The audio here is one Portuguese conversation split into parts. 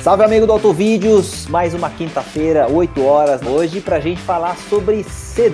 Salve, amigo do Autovídeos, mais uma quinta-feira, 8 horas, hoje pra gente falar sobre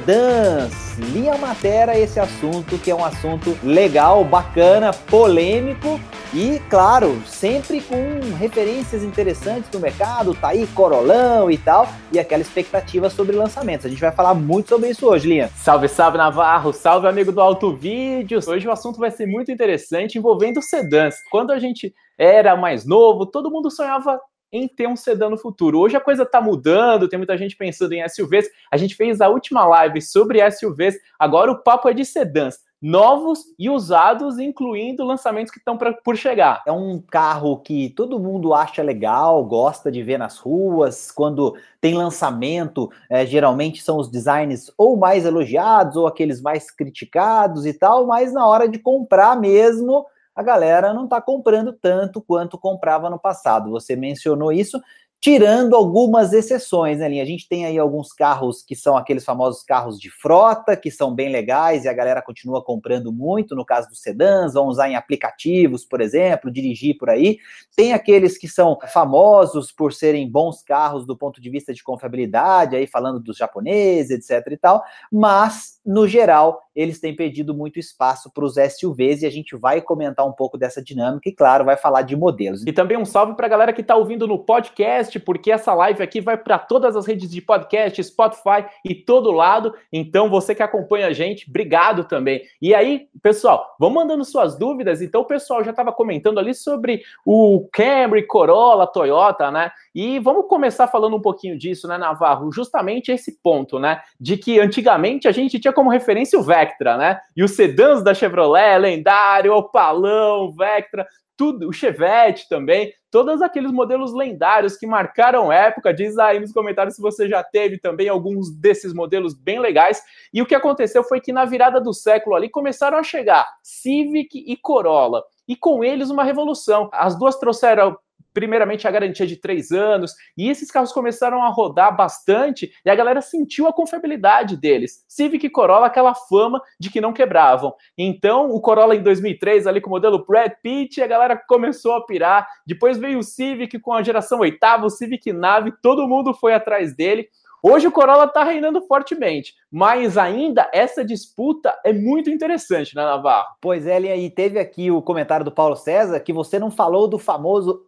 sedãs. Linha Matera, esse assunto que é um assunto legal, bacana, polêmico e, claro, sempre com referências interessantes do mercado, tá aí Corolão e tal, e aquela expectativa sobre lançamentos. A gente vai falar muito sobre isso hoje, Linha. Salve, salve, Navarro, salve, amigo do Autovídeos. Hoje o assunto vai ser muito interessante envolvendo sedãs. Quando a gente era mais novo, todo mundo sonhava em ter um sedã no futuro. Hoje a coisa tá mudando, tem muita gente pensando em SUVs. A gente fez a última live sobre SUVs, agora o papo é de sedãs, novos e usados, incluindo lançamentos que estão por chegar. É um carro que todo mundo acha legal, gosta de ver nas ruas, quando tem lançamento, geralmente são os designs ou mais elogiados ou aqueles mais criticados e tal, mas na hora de comprar mesmo, a galera não está comprando tanto quanto comprava no passado. Você mencionou isso, tirando algumas exceções, né, Linha? A gente tem aí alguns carros que são aqueles famosos carros de frota, que são bem legais e a galera continua comprando muito, no caso dos sedãs, vão usar em aplicativos, por exemplo, dirigir por aí. Tem aqueles que são famosos por serem bons carros do ponto de vista de confiabilidade, aí falando dos japoneses, etc e tal, mas, no geral, eles têm perdido muito espaço para os SUVs e a gente vai comentar um pouco dessa dinâmica e, claro, vai falar de modelos. E também um salve para a galera que está ouvindo no podcast, porque essa live aqui vai para todas as redes de podcast, Spotify e todo lado. Então, você que acompanha a gente, obrigado também. E aí, pessoal, vão mandando suas dúvidas. Então, o pessoal já estava comentando ali sobre o Camry, Corolla, Toyota, né? E vamos começar falando um pouquinho disso, né, Navarro? Justamente esse ponto, né? De que antigamente a gente tinha como referência o Vectra, né? E os sedãs da Chevrolet, lendário, Opalão, Vectra, tudo, o Chevette também, todos aqueles modelos lendários que marcaram época. Diz aí nos comentários se você já teve também alguns desses modelos bem legais. E o que aconteceu foi que na virada do século ali começaram a chegar Civic e Corolla, e com eles uma revolução. As duas trouxeram primeiramente a garantia de 3 anos, e esses carros começaram a rodar bastante, e a galera sentiu a confiabilidade deles. Civic e Corolla, aquela fama de que não quebravam. Então, o Corolla em 2003, ali com o modelo Brad Pitt, a galera começou a pirar. Depois veio o Civic com a geração 8ª, o Civic Nave, todo mundo foi atrás dele. Hoje o Corolla está reinando fortemente, mas ainda essa disputa é muito interessante, né, Navarro? Pois é, e teve aqui o comentário do Paulo César que você não falou do famoso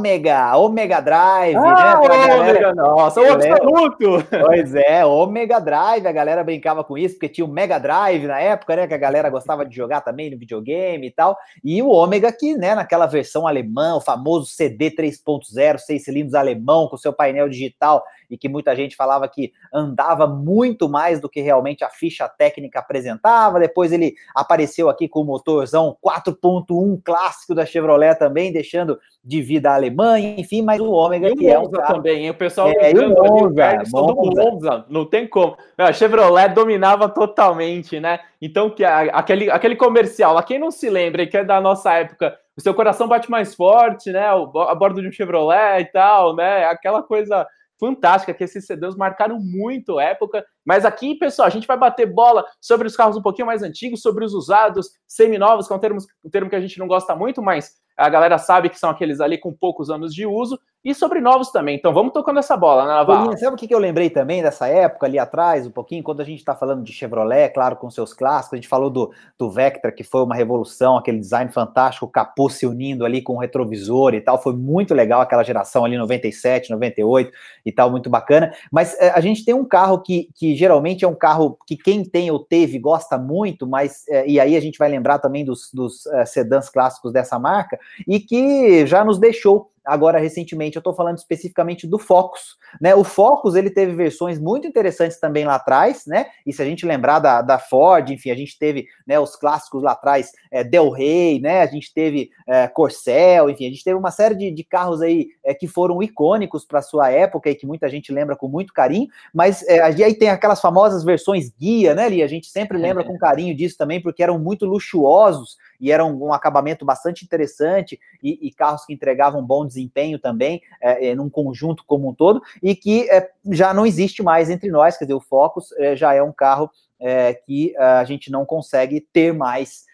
Ômega Drive, né? Ômega, nossa, o absoluto! Pois é, Ômega Drive, a galera brincava com isso, porque tinha o Mega Drive na época, né, que a galera gostava de jogar também no videogame e tal, e o Ômega que, né, naquela versão alemã, o famoso CD 3.0, 6 cilindros alemão, com seu painel digital, e que muita gente falava que andava muito mais do que realmente a ficha técnica apresentava. Depois ele apareceu aqui com o motorzão 4.1 clássico da Chevrolet também, deixando de vida a Alemanha, enfim, mas o Ômega e que é um carro... também, hein? O pessoal lembrando ali o Monza, não tem como. A Chevrolet dominava totalmente, né? Então, que aquele comercial, a quem não se lembra, que é da nossa época, o seu coração bate mais forte, né? A bordo de um Chevrolet e tal, né? Aquela coisa fantástica, que esses sedãs marcaram muito época. Mas aqui, pessoal, a gente vai bater bola sobre os carros um pouquinho mais antigos, sobre os usados, seminovos, que é um termo que a gente não gosta muito, mas a galera sabe que são aqueles ali com poucos anos de uso, e sobre novos também. Então vamos tocando essa bola, né, Navarro? Sabe o que eu lembrei também dessa época ali atrás, um pouquinho, quando a gente está falando de Chevrolet, claro, com seus clássicos, a gente falou do Vectra, que foi uma revolução, aquele design fantástico, o capô se unindo ali com o retrovisor e tal, foi muito legal aquela geração ali, 97, 98 e tal, muito bacana. Mas a gente tem um carro que geralmente é um carro que quem tem ou teve gosta muito, mas, e aí a gente vai lembrar também dos sedãs clássicos dessa marca, e que já nos deixou agora recentemente. Eu estou falando especificamente do Focus, né? O Focus, ele teve versões muito interessantes também lá atrás, né? E se a gente lembrar da Ford, enfim, a gente teve, né, os clássicos lá atrás, Del Rey, né? A gente teve Corcel, enfim, a gente teve uma série de carros aí que foram icônicos para sua época e que muita gente lembra com muito carinho, mas aí tem aquelas famosas versões guia, né, Li? A gente sempre lembra com carinho disso também, porque eram muito luxuosos e eram um acabamento bastante interessante e carros que entregavam um bom desempenho também, num conjunto como um todo, e que já não existe mais entre nós. Quer dizer, o Focus já é um carro que a gente não consegue ter mais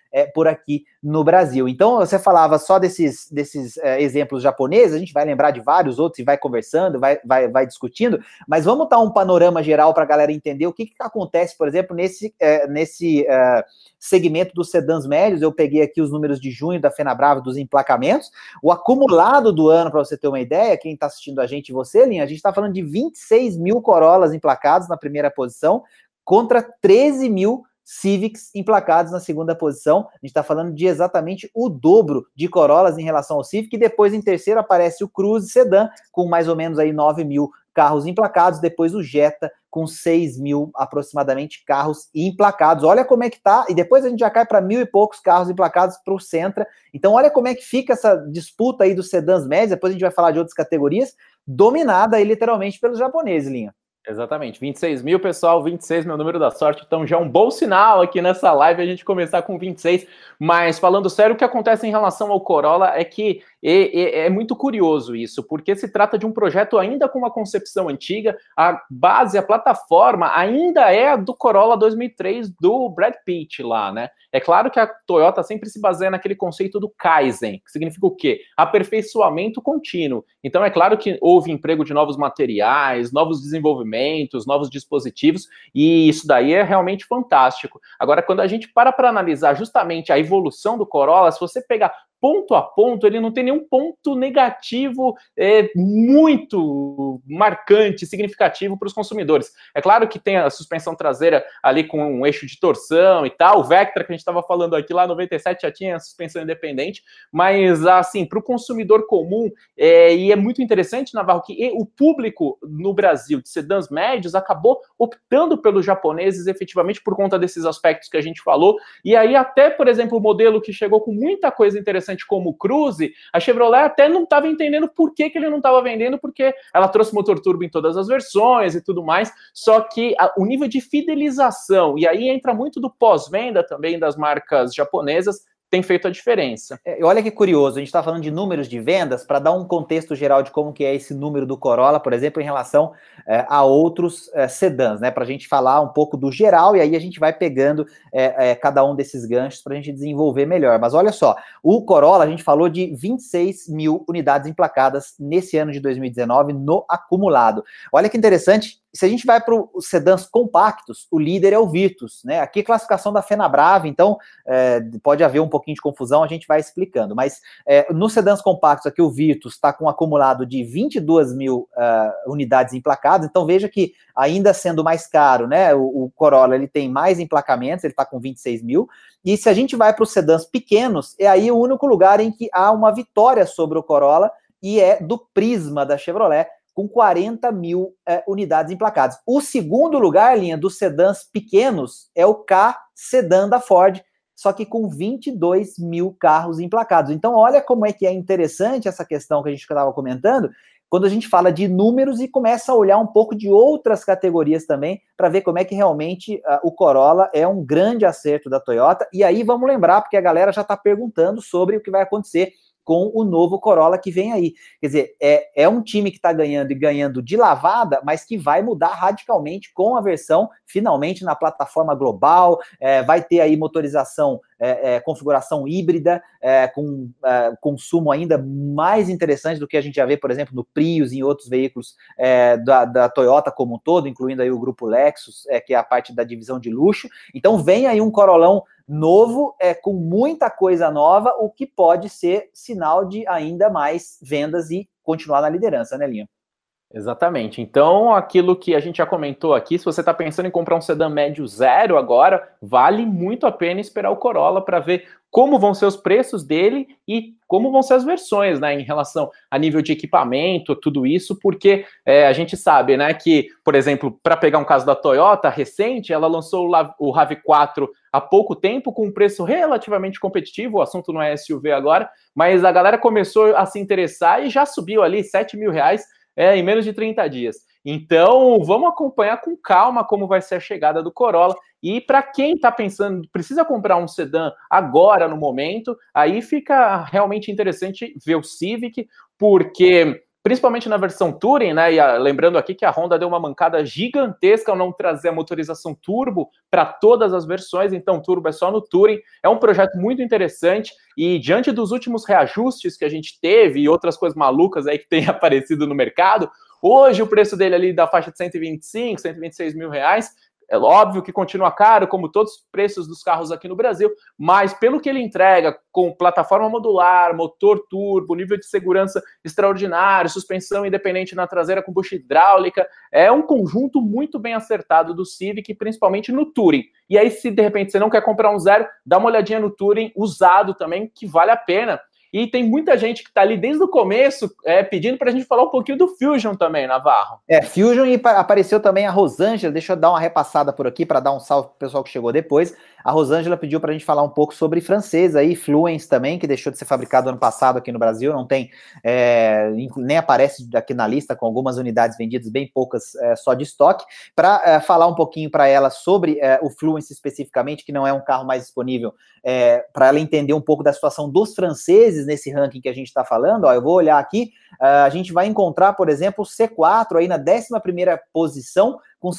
por aqui no Brasil. Então, você falava só desses exemplos japoneses, a gente vai lembrar de vários outros e vai conversando, vai discutindo, mas vamos dar um panorama geral para a galera entender o que acontece, por exemplo, nesse segmento dos sedãs médios. Eu peguei aqui os números de junho da Fenabrave dos emplacamentos. O acumulado do ano, para você ter uma ideia, quem está assistindo a gente e você, Linha, a gente está falando de 26 mil Corollas emplacados na primeira posição, contra 13 mil Civics emplacados na segunda posição. A gente está falando de exatamente o dobro de Corollas em relação ao Civic, e depois em terceiro aparece o Cruze Sedan, com mais ou menos aí 9 mil carros emplacados, depois o Jetta com 6 mil aproximadamente carros emplacados. Olha como é que tá, e depois a gente já cai para 1.000 e poucos carros emplacados para o Sentra. Então olha como é que fica essa disputa aí dos sedãs médios, depois a gente vai falar de outras categorias, dominada aí literalmente pelos japoneses, Linha. Exatamente, 26 mil, pessoal, 26, meu número da sorte, então já é um bom sinal aqui nessa live a gente começar com 26, mas falando sério, o que acontece em relação ao Corolla é que é muito curioso isso, porque se trata de um projeto ainda com uma concepção antiga, a base, a plataforma ainda é a do Corolla 2003 do Brad Pitt lá, né? É claro que a Toyota sempre se baseia naquele conceito do Kaizen, que significa o quê? Aperfeiçoamento contínuo. Então é claro que houve emprego de novos materiais, novos desenvolvimentos, novos dispositivos, e isso daí é realmente fantástico. Agora, quando a gente para analisar justamente a evolução do Corolla, se você pegar ponto a ponto, ele não tem nenhum ponto negativo muito marcante, significativo para os consumidores. É claro que tem a suspensão traseira ali com um eixo de torção e tal, o Vectra que a gente estava falando aqui lá, 97 já tinha a suspensão independente, mas assim, para o consumidor comum, e é muito interessante, Navarro, que o público no Brasil de sedãs médios acabou optando pelos japoneses efetivamente por conta desses aspectos que a gente falou, e aí até, por exemplo, o modelo que chegou com muita coisa interessante como o Cruze, a Chevrolet até não estava entendendo por que ele não estava vendendo, porque ela trouxe motor turbo em todas as versões e tudo mais, só que o nível de fidelização, e aí entra muito do pós-venda também das marcas japonesas, tem feito a diferença. Olha que curioso, a gente está falando de números de vendas, para dar um contexto geral de como que é esse número do Corolla, por exemplo, em relação a outros sedãs, né, para a gente falar um pouco do geral, e aí a gente vai pegando cada um desses ganchos para a gente desenvolver melhor. Mas olha só, o Corolla, a gente falou de 26 mil unidades emplacadas nesse ano de 2019 no acumulado. Olha que interessante, se a gente vai para os sedãs compactos, o líder é o Virtus, né? Aqui classificação da Fenabrave, então pode haver um pouquinho de confusão, a gente vai explicando. Mas nos sedãs compactos aqui o Virtus está com um acumulado de 22 mil unidades emplacadas, então veja que ainda sendo mais caro, né? O Corolla ele tem mais emplacamentos, ele está com 26 mil, e se a gente vai para os sedãs pequenos, é aí o único lugar em que há uma vitória sobre o Corolla, e é do Prisma da Chevrolet, com 40 mil unidades emplacadas. O segundo lugar, Linha, dos sedãs pequenos, é o K Sedan da Ford, só que com 22 mil carros emplacados. Então, olha como é que é interessante essa questão que a gente estava comentando, quando a gente fala de números e começa a olhar um pouco de outras categorias também, para ver como é que realmente o Corolla é um grande acerto da Toyota. E aí vamos lembrar, porque a galera já está perguntando sobre o que vai acontecer com o novo Corolla que vem aí. Quer dizer, é um time que está ganhando e ganhando de lavada, mas que vai mudar radicalmente com a versão, finalmente, na plataforma global, vai ter aí motorização, configuração híbrida, com consumo ainda mais interessante do que a gente já vê, por exemplo, no Prius e em outros veículos da Toyota como um todo, incluindo aí o grupo Lexus, que é a parte da divisão de luxo. Então vem aí um Corollão novo, com muita coisa nova, o que pode ser sinal de ainda mais vendas e continuar na liderança, né, Linha? Exatamente. Então, aquilo que a gente já comentou aqui, se você está pensando em comprar um sedã médio zero agora, vale muito a pena esperar o Corolla para ver como vão ser os preços dele e como vão ser as versões, né, em relação a nível de equipamento, tudo isso, porque a gente sabe, né, que, por exemplo, para pegar um caso da Toyota recente, ela lançou o RAV4 há pouco tempo com um preço relativamente competitivo, o assunto não é SUV agora, mas a galera começou a se interessar e já subiu ali R$7 mil em menos de 30 dias. Então, vamos acompanhar com calma como vai ser a chegada do Corolla. E para quem está pensando, precisa comprar um sedã agora, no momento, aí fica realmente interessante ver o Civic, porque principalmente na versão Touring, né? E lembrando aqui que a Honda deu uma mancada gigantesca ao não trazer a motorização turbo para todas as versões, então turbo é só no Touring. É um projeto muito interessante e diante dos últimos reajustes que a gente teve e outras coisas malucas aí que tem aparecido no mercado, hoje o preço dele ali da faixa de 125, 126 mil reais, é óbvio que continua caro, como todos os preços dos carros aqui no Brasil, mas pelo que ele entrega, com plataforma modular, motor turbo, nível de segurança extraordinário, suspensão independente na traseira com bucha hidráulica, é um conjunto muito bem acertado do Civic, principalmente no Touring. E aí, se de repente você não quer comprar um zero, dá uma olhadinha no Touring usado também, que vale a pena. E tem muita gente que está ali desde o começo pedindo para a gente falar um pouquinho do Fusion também, Navarro. Fusion, e apareceu também a Rosângela. Deixa eu dar uma repassada por aqui para dar um salve para o pessoal que chegou depois. A Rosângela pediu para a gente falar um pouco sobre francês aí, Fluence também, que deixou de ser fabricado ano passado aqui no Brasil, não tem, nem aparece aqui na lista, com algumas unidades vendidas, bem poucas só de estoque, para falar um pouquinho para ela sobre o Fluence especificamente, que não é um carro mais disponível, para ela entender um pouco da situação dos franceses nesse ranking que a gente está falando. Ó, eu vou olhar aqui, a gente vai encontrar, por exemplo, o C4 aí na 11ª posição, com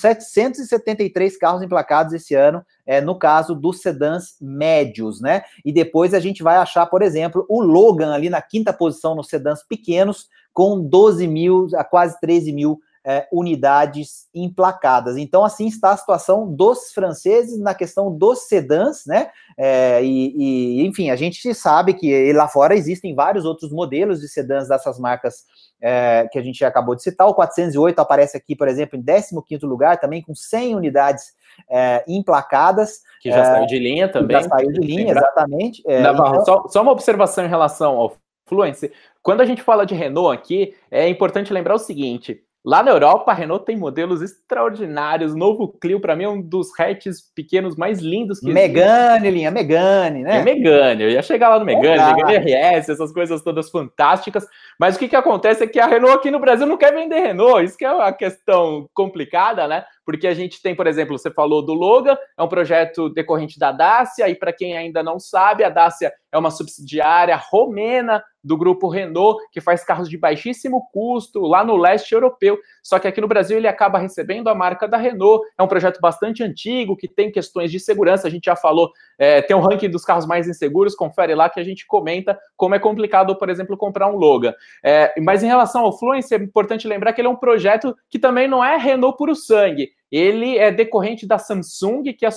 773 carros emplacados esse ano, no caso dos sedãs médios, né? E depois a gente vai achar, por exemplo, o Logan ali na 5ª posição nos sedãs pequenos, com 12 mil a quase 13 mil unidades emplacadas. Então, assim está a situação dos franceses na questão dos sedãs, né? Enfim, a gente sabe que lá fora existem vários outros modelos de sedãs dessas marcas que a gente acabou de citar. O 408 aparece aqui, por exemplo, em 15º lugar, também com 100 unidades emplacadas. Que já saiu de linha também. Já saiu de linha, exatamente. Navarro, então... só uma observação em relação ao Fluence. Quando a gente fala de Renault aqui, é importante lembrar o seguinte: lá na Europa, a Renault tem modelos extraordinários. O novo Clio, para mim, é um dos hatches pequenos mais lindos que Megane, linha Megane, né? Megane, eu ia chegar lá no Megane, Megane RS, essas coisas todas fantásticas. Mas o que acontece é que a Renault aqui no Brasil não quer vender Renault. Isso que é uma questão complicada, né? Porque a gente tem, por exemplo, você falou do Logan, é um projeto decorrente da Dacia, e para quem ainda não sabe, a Dacia é uma subsidiária romena do grupo Renault, que faz carros de baixíssimo custo lá no leste europeu, só que aqui no Brasil ele acaba recebendo a marca da Renault. É um projeto bastante antigo, que tem questões de segurança, a gente já falou, tem um ranking dos carros mais inseguros, confere lá que a gente comenta como é complicado, por exemplo, comprar um Logan. Mas em relação ao Fluence, é importante lembrar que ele é um projeto que também não é Renault puro sangue. Ele é decorrente da Samsung, que é a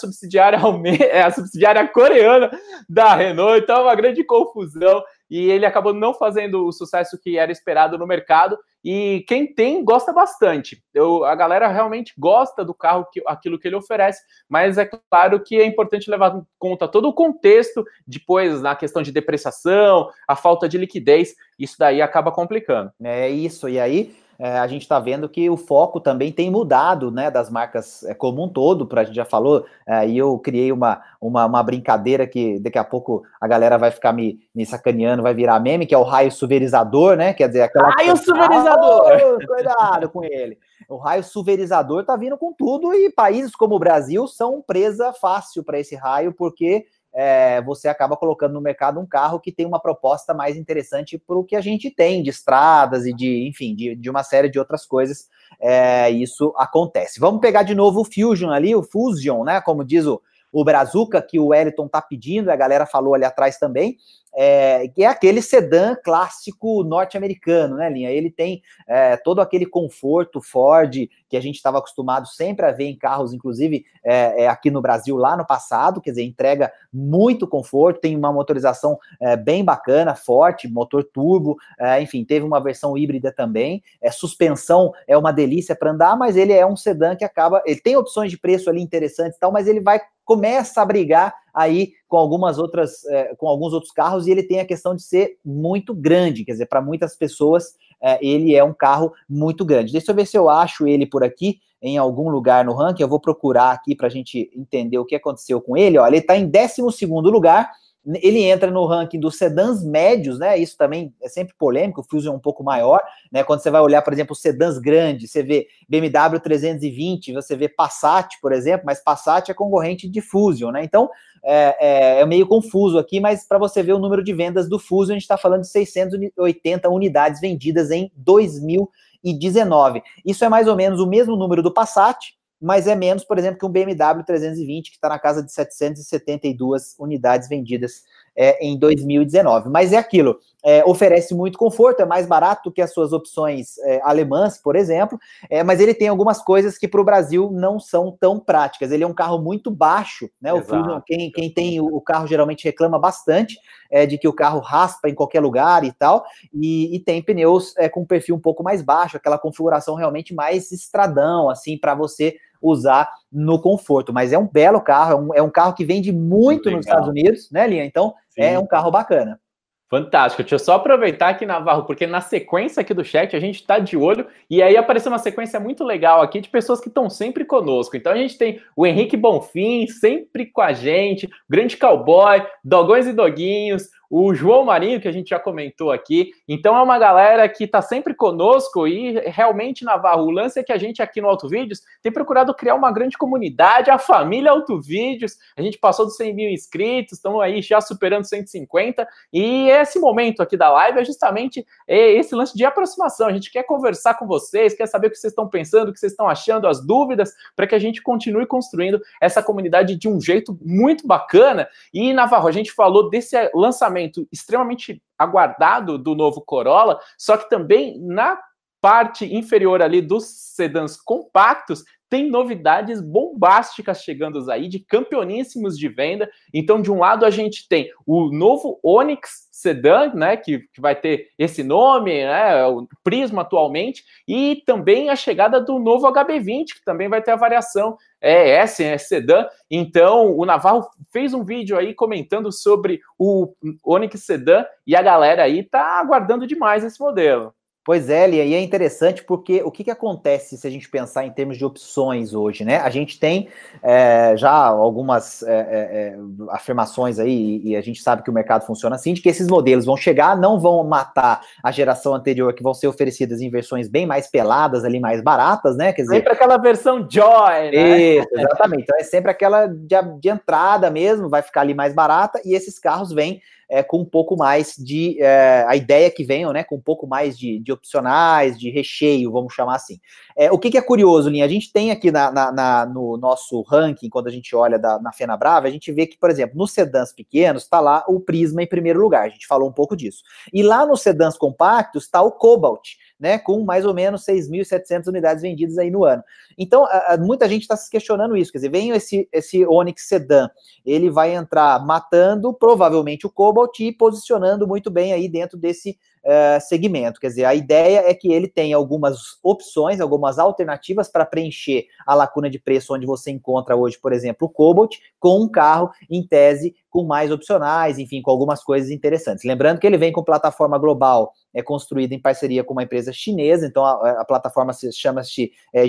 subsidiária coreana da Renault, então é uma grande confusão, e ele acabou não fazendo o sucesso que era esperado no mercado, e quem tem gosta bastante. A galera realmente gosta do carro, aquilo que ele oferece, mas é claro que é importante levar em conta todo o contexto, depois na questão de depreciação, a falta de liquidez, isso daí acaba complicando. É isso, e aí a gente está vendo que o foco também tem mudado, né, das marcas como um todo. A gente já falou, e eu criei uma brincadeira que daqui a pouco a galera vai ficar me sacaneando, vai virar meme, que é o raio sulverizador, né? Quer dizer, aquela... Raio sulverizador! Cuidado com ele! O raio sulverizador tá vindo com tudo, e países como o Brasil são presa fácil para esse raio, porque você acaba colocando no mercado um carro que tem uma proposta mais interessante para o que a gente tem de estradas e de uma série de outras coisas. Isso acontece. Vamos pegar de novo o Fusion ali, o Fusion, né? Como diz o Brazuca, que o Wellington tá pedindo, a galera falou ali atrás também, que é aquele sedã clássico norte-americano, né, Linha? Ele tem todo aquele conforto Ford que a gente estava acostumado sempre a ver em carros, inclusive aqui no Brasil lá no passado, quer dizer, entrega muito conforto, tem uma motorização bem bacana, forte, motor turbo, enfim, teve uma versão híbrida também, suspensão é uma delícia para andar, mas ele é um sedã que ele tem opções de preço ali interessantes e tal, mas ele começa a brigar aí com alguns outros carros, e ele tem a questão de ser muito grande, quer dizer, para muitas pessoas ele é um carro muito grande. Deixa eu ver se eu acho ele por aqui, em algum lugar no ranking. Eu vou procurar aqui para a gente entender o que aconteceu com ele. Ó, ele está em 12º lugar, Ele entra no ranking dos sedãs médios, né? Isso também é sempre polêmico, o Fusion é um pouco maior, né? Quando você vai olhar, por exemplo, os sedãs grandes, você vê BMW 320, você vê Passat, por exemplo, mas Passat é concorrente de Fusion, né? Então, é meio confuso aqui, mas para você ver o número de vendas do Fusion, a gente está falando de 680 unidades vendidas em 2019. Isso é mais ou menos o mesmo número do Passat, mas é menos, por exemplo, que um BMW 320, que está na casa de 772 unidades vendidas em 2019. Mas é aquilo, oferece muito conforto, é mais barato do que as suas opções alemãs, por exemplo, mas ele tem algumas coisas que para o Brasil não são tão práticas. Ele é um carro muito baixo, né? O Fusion, quem tem o carro geralmente reclama bastante de que o carro raspa em qualquer lugar e tal, e tem pneus com perfil um pouco mais baixo, aquela configuração realmente mais estradão, assim, para você usar no conforto, mas é um belo carro, é um carro que vende muito nos Estados Unidos, né, Linha? Então, sim, é um carro bacana. Fantástico. Deixa eu só aproveitar aqui, Navarro, porque na sequência aqui do chat a gente está de olho e aí apareceu uma sequência muito legal aqui de pessoas que estão sempre conosco. Então a gente tem o Henrique Bonfim, sempre com a gente, o Grande Cowboy, Dogões e Doguinhos, o João Marinho, que a gente já comentou aqui. Então é uma galera que está sempre conosco e realmente, Navarro, o lance é que a gente aqui no Autovídeos tem procurado criar uma grande comunidade, a família Autovídeos. A gente passou dos 100 mil inscritos, estamos aí já superando 150 e esse momento aqui da live é justamente esse lance de aproximação. A gente quer conversar com vocês, quer saber o que vocês estão pensando, o que vocês estão achando, as dúvidas, para que a gente continue construindo essa comunidade de um jeito muito bacana. E, Navarro, a gente falou desse lançamento extremamente aguardado do novo Corolla, só que também na parte inferior ali dos sedãs compactos tem novidades bombásticas chegando aí, de campeoníssimos de venda. Então, de um lado, a gente tem o novo Onix Sedan, né, que vai ter esse nome, né, o Prisma atualmente, e também a chegada do novo HB20, que também vai ter a variação Sedan. Então, o Navarro fez um vídeo aí comentando sobre o Onix Sedan, e a galera aí tá aguardando demais esse modelo. Pois é, Lia, e é interessante porque o que acontece se a gente pensar em termos de opções hoje, né? A gente tem já algumas afirmações aí, e a gente sabe que o mercado funciona assim, de que esses modelos vão chegar, não vão matar a geração anterior, que vão ser oferecidas em versões bem mais peladas, ali mais baratas, né? Quer dizer, sempre aquela versão Joy, né? Isso, exatamente. Então é sempre aquela de entrada mesmo, vai ficar ali mais barata, e esses carros vêm com um pouco mais de... a ideia que venham, né, com um pouco mais de opcionais, de recheio, vamos chamar assim. O que é curioso, Linha? A gente tem aqui no nosso ranking, quando a gente olha na Fenabrava, a gente vê que, por exemplo, nos sedãs pequenos está lá o Prisma em primeiro lugar, a gente falou um pouco disso. E lá nos sedãs compactos está o Cobalt, né, com mais ou menos 6.700 unidades vendidas aí no ano. Então, muita gente está se questionando isso, quer dizer, vem esse Onix Sedan, ele vai entrar matando provavelmente o Cobalt e posicionando muito bem aí dentro desse segmento, quer dizer, a ideia é que ele tenha algumas opções, algumas alternativas para preencher a lacuna de preço onde você encontra hoje, por exemplo, o Cobalt, com um carro, em tese, com mais opcionais, enfim, com algumas coisas interessantes. Lembrando que ele vem com plataforma global, construída em parceria com uma empresa chinesa, então a plataforma chama-se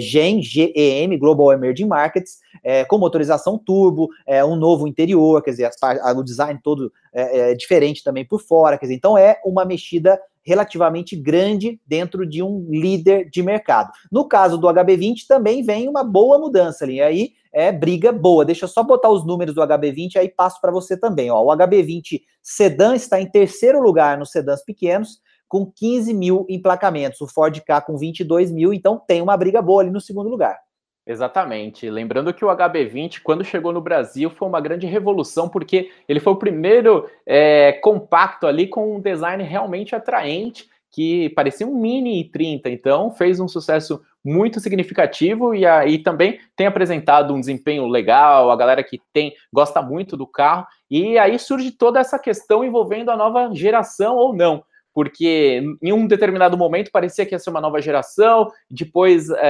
GEM, Global Emerging Markets, com motorização turbo, um novo interior, quer dizer, o design todo é diferente também por fora, quer dizer, então é uma mexida relativamente grande dentro de um líder de mercado. No caso do HB20 também vem uma boa mudança ali, aí briga boa. Deixa eu só botar os números do HB20, aí passo para você também. Ó. O HB20 Sedan está em terceiro lugar nos sedãs pequenos, com 15 mil emplacamentos. O Ford Ka com 22 mil, então tem uma briga boa ali no segundo lugar. Exatamente. Lembrando que o HB20, quando chegou no Brasil, foi uma grande revolução, porque ele foi o primeiro compacto ali com um design realmente atraente, que parecia um Mini i30, então fez um sucesso muito significativo e aí também tem apresentado um desempenho legal, a galera que gosta muito do carro, e aí surge toda essa questão envolvendo a nova geração ou não, porque em um determinado momento parecia que ia ser uma nova geração, depois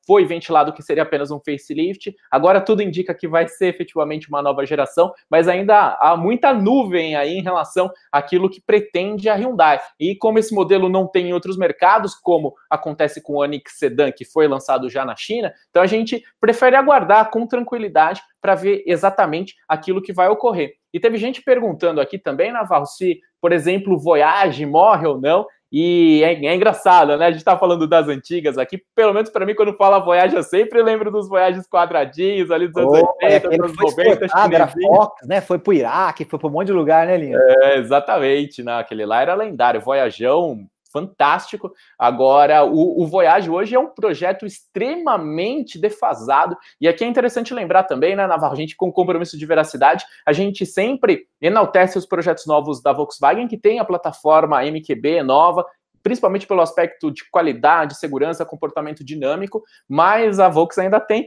foi ventilado que seria apenas um facelift, agora tudo indica que vai ser efetivamente uma nova geração, mas ainda há muita nuvem aí em relação àquilo que pretende a Hyundai. E como esse modelo não tem em outros mercados, como acontece com o Onix Sedan, que foi lançado já na China, então a gente prefere aguardar com tranquilidade para ver exatamente aquilo que vai ocorrer. E teve gente perguntando aqui também, Navarro, se, por exemplo, o Voyage morre ou não. E é engraçado, né? A gente tá falando das antigas aqui, pelo menos para mim, quando fala Voyage, eu sempre lembro dos Voyages quadradinhos ali dos anos 80, dos anos 90. Era Fox, né? Foi pro Iraque, foi para um monte de lugar, né, Linha? Exatamente, né? Aquele lá era lendário, Voyageão, fantástico. Agora, o Voyage hoje é um projeto extremamente defasado, e aqui é interessante lembrar também, né, Navarro, a gente com compromisso de veracidade, a gente sempre enaltece os projetos novos da Volkswagen, que tem a plataforma MQB nova, principalmente pelo aspecto de qualidade, segurança, comportamento dinâmico, mas a Volkswagen ainda tem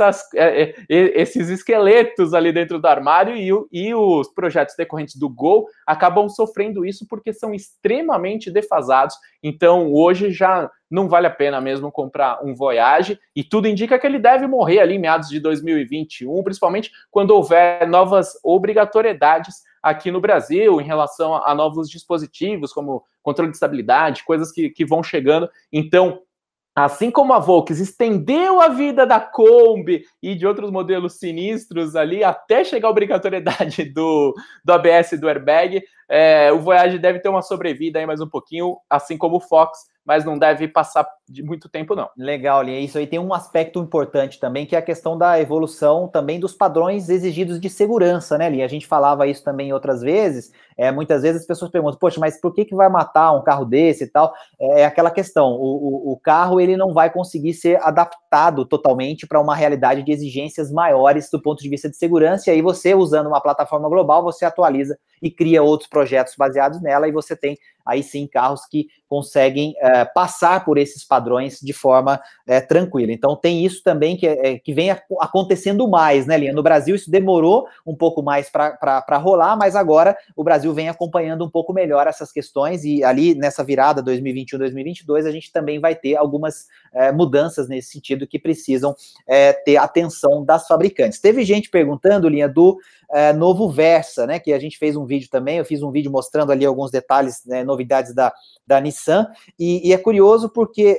esses esqueletos ali dentro do armário e os projetos decorrentes do Gol acabam sofrendo isso porque são extremamente defasados. Então, hoje já não vale a pena mesmo comprar um Voyage, e tudo indica que ele deve morrer ali em meados de 2021, principalmente quando houver novas obrigatoriedades aqui no Brasil em relação a novos dispositivos, como controle de estabilidade, coisas que vão chegando. Então, assim como a Volkswagen estendeu a vida da Kombi e de outros modelos sinistros ali, até chegar a obrigatoriedade do ABS e do airbag, o Voyage deve ter uma sobrevida aí mais um pouquinho, assim como o Fox, mas não deve passar de muito tempo, não. Legal, Linha. Isso aí tem um aspecto importante também, que é a questão da evolução também dos padrões exigidos de segurança, né, Linha? A gente falava isso também outras vezes. Muitas vezes as pessoas perguntam, poxa, mas por que vai matar um carro desse e tal? É aquela questão, o carro ele não vai conseguir ser adaptado totalmente para uma realidade de exigências maiores do ponto de vista de segurança, e aí você, usando uma plataforma global, você atualiza e cria outros projetos baseados nela, e você tem aí sim carros que conseguem passar por esses padrões de forma tranquila. Então tem isso também que vem acontecendo mais, né, Linha? No Brasil isso demorou um pouco mais para rolar, mas agora o Brasil vem acompanhando um pouco melhor essas questões, e ali nessa virada 2021-2022 a gente também vai ter algumas mudanças nesse sentido que precisam ter atenção das fabricantes. Teve gente perguntando, Linha, do novo Versa, né, que a gente fez um vídeo também, eu fiz um vídeo mostrando ali alguns detalhes, novidades da Nissan, e é curioso porque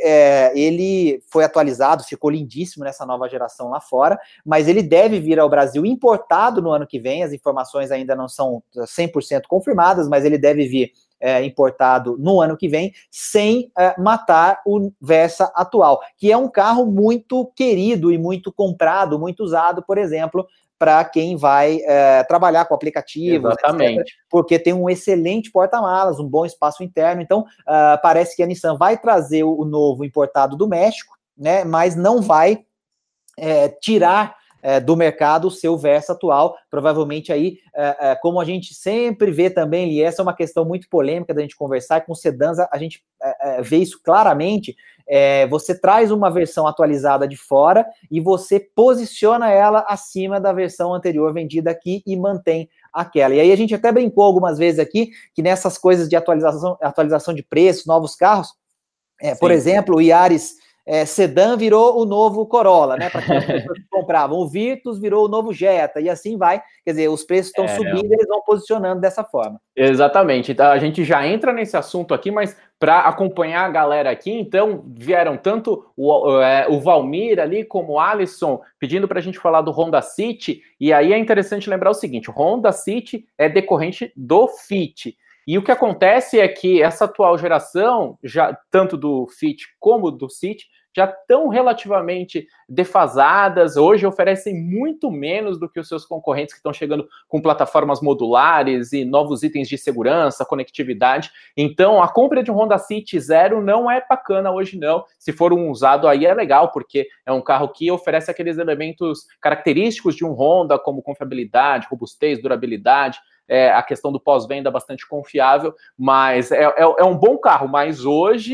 ele foi atualizado, ficou lindíssimo nessa nova geração lá fora, mas ele deve vir ao Brasil importado no ano que vem, as informações ainda não são 100% confirmadas, mas ele deve vir importado no ano que vem, sem matar o Versa atual, que é um carro muito querido e muito comprado, muito usado, por exemplo, para quem vai trabalhar com aplicativos, exatamente, etc., porque tem um excelente porta-malas, um bom espaço interno. Então, parece que a Nissan vai trazer o novo importado do México, né, mas não vai tirar do mercado o seu Versa atual. Provavelmente aí, como a gente sempre vê também, e essa é uma questão muito polêmica da gente conversar, com sedãs a gente vê isso claramente, você traz uma versão atualizada de fora e você posiciona ela acima da versão anterior vendida aqui e mantém aquela. E aí a gente até brincou algumas vezes aqui, que nessas coisas de atualização de preço, novos carros, por exemplo, o Yaris sedã virou o novo Corolla, né? Para aquelas pessoas que compravam. O Virtus virou o novo Jetta, e assim vai. Quer dizer, os preços estão subindo, eles vão posicionando dessa forma. Exatamente. Então, a gente já entra nesse assunto aqui, mas para acompanhar a galera aqui, então, vieram tanto o Valmir ali, como o Alisson, pedindo para a gente falar do Honda City, e aí é interessante lembrar o seguinte, o Honda City é decorrente do Fit. E o que acontece é que essa atual geração, já tanto do Fit como do City, já estão relativamente defasadas, hoje oferecem muito menos do que os seus concorrentes que estão chegando com plataformas modulares e novos itens de segurança, conectividade. Então, a compra de um Honda City Zero não é bacana hoje, não. Se for um usado aí é legal, porque é um carro que oferece aqueles elementos característicos de um Honda, como confiabilidade, robustez, durabilidade, a questão do pós-venda bastante confiável, mas é um bom carro, mas hoje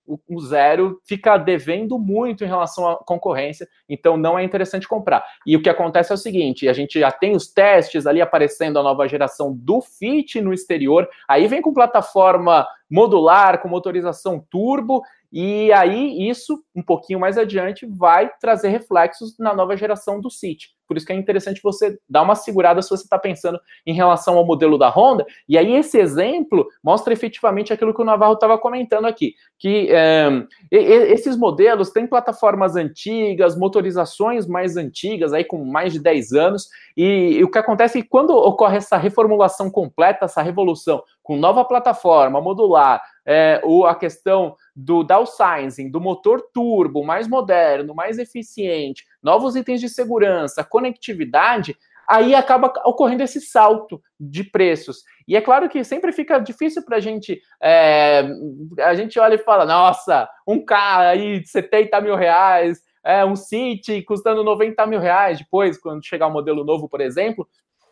o zero fica devendo muito em relação à concorrência, então não é interessante comprar. E o que acontece é o seguinte, a gente já tem os testes ali aparecendo a nova geração do Fit no exterior, aí vem com plataforma modular, com motorização turbo, e aí isso, um pouquinho mais adiante, vai trazer reflexos na nova geração do City. Por isso que é interessante você dar uma segurada se você está pensando em relação ao modelo da Honda. E aí esse exemplo mostra efetivamente aquilo que o Navarro estava comentando aqui, que esses modelos têm plataformas antigas, motorizações mais antigas, aí com mais de 10 anos, e o que acontece é que quando ocorre essa reformulação completa, essa revolução, com nova plataforma modular, a questão do downsizing, do motor turbo, mais moderno, mais eficiente, novos itens de segurança, conectividade, aí acaba ocorrendo esse salto de preços. E é claro que sempre fica difícil para a gente olha e fala, nossa, um carro aí de 70 mil reais, um City custando 90 mil reais, depois, quando chegar o modelo novo, por exemplo.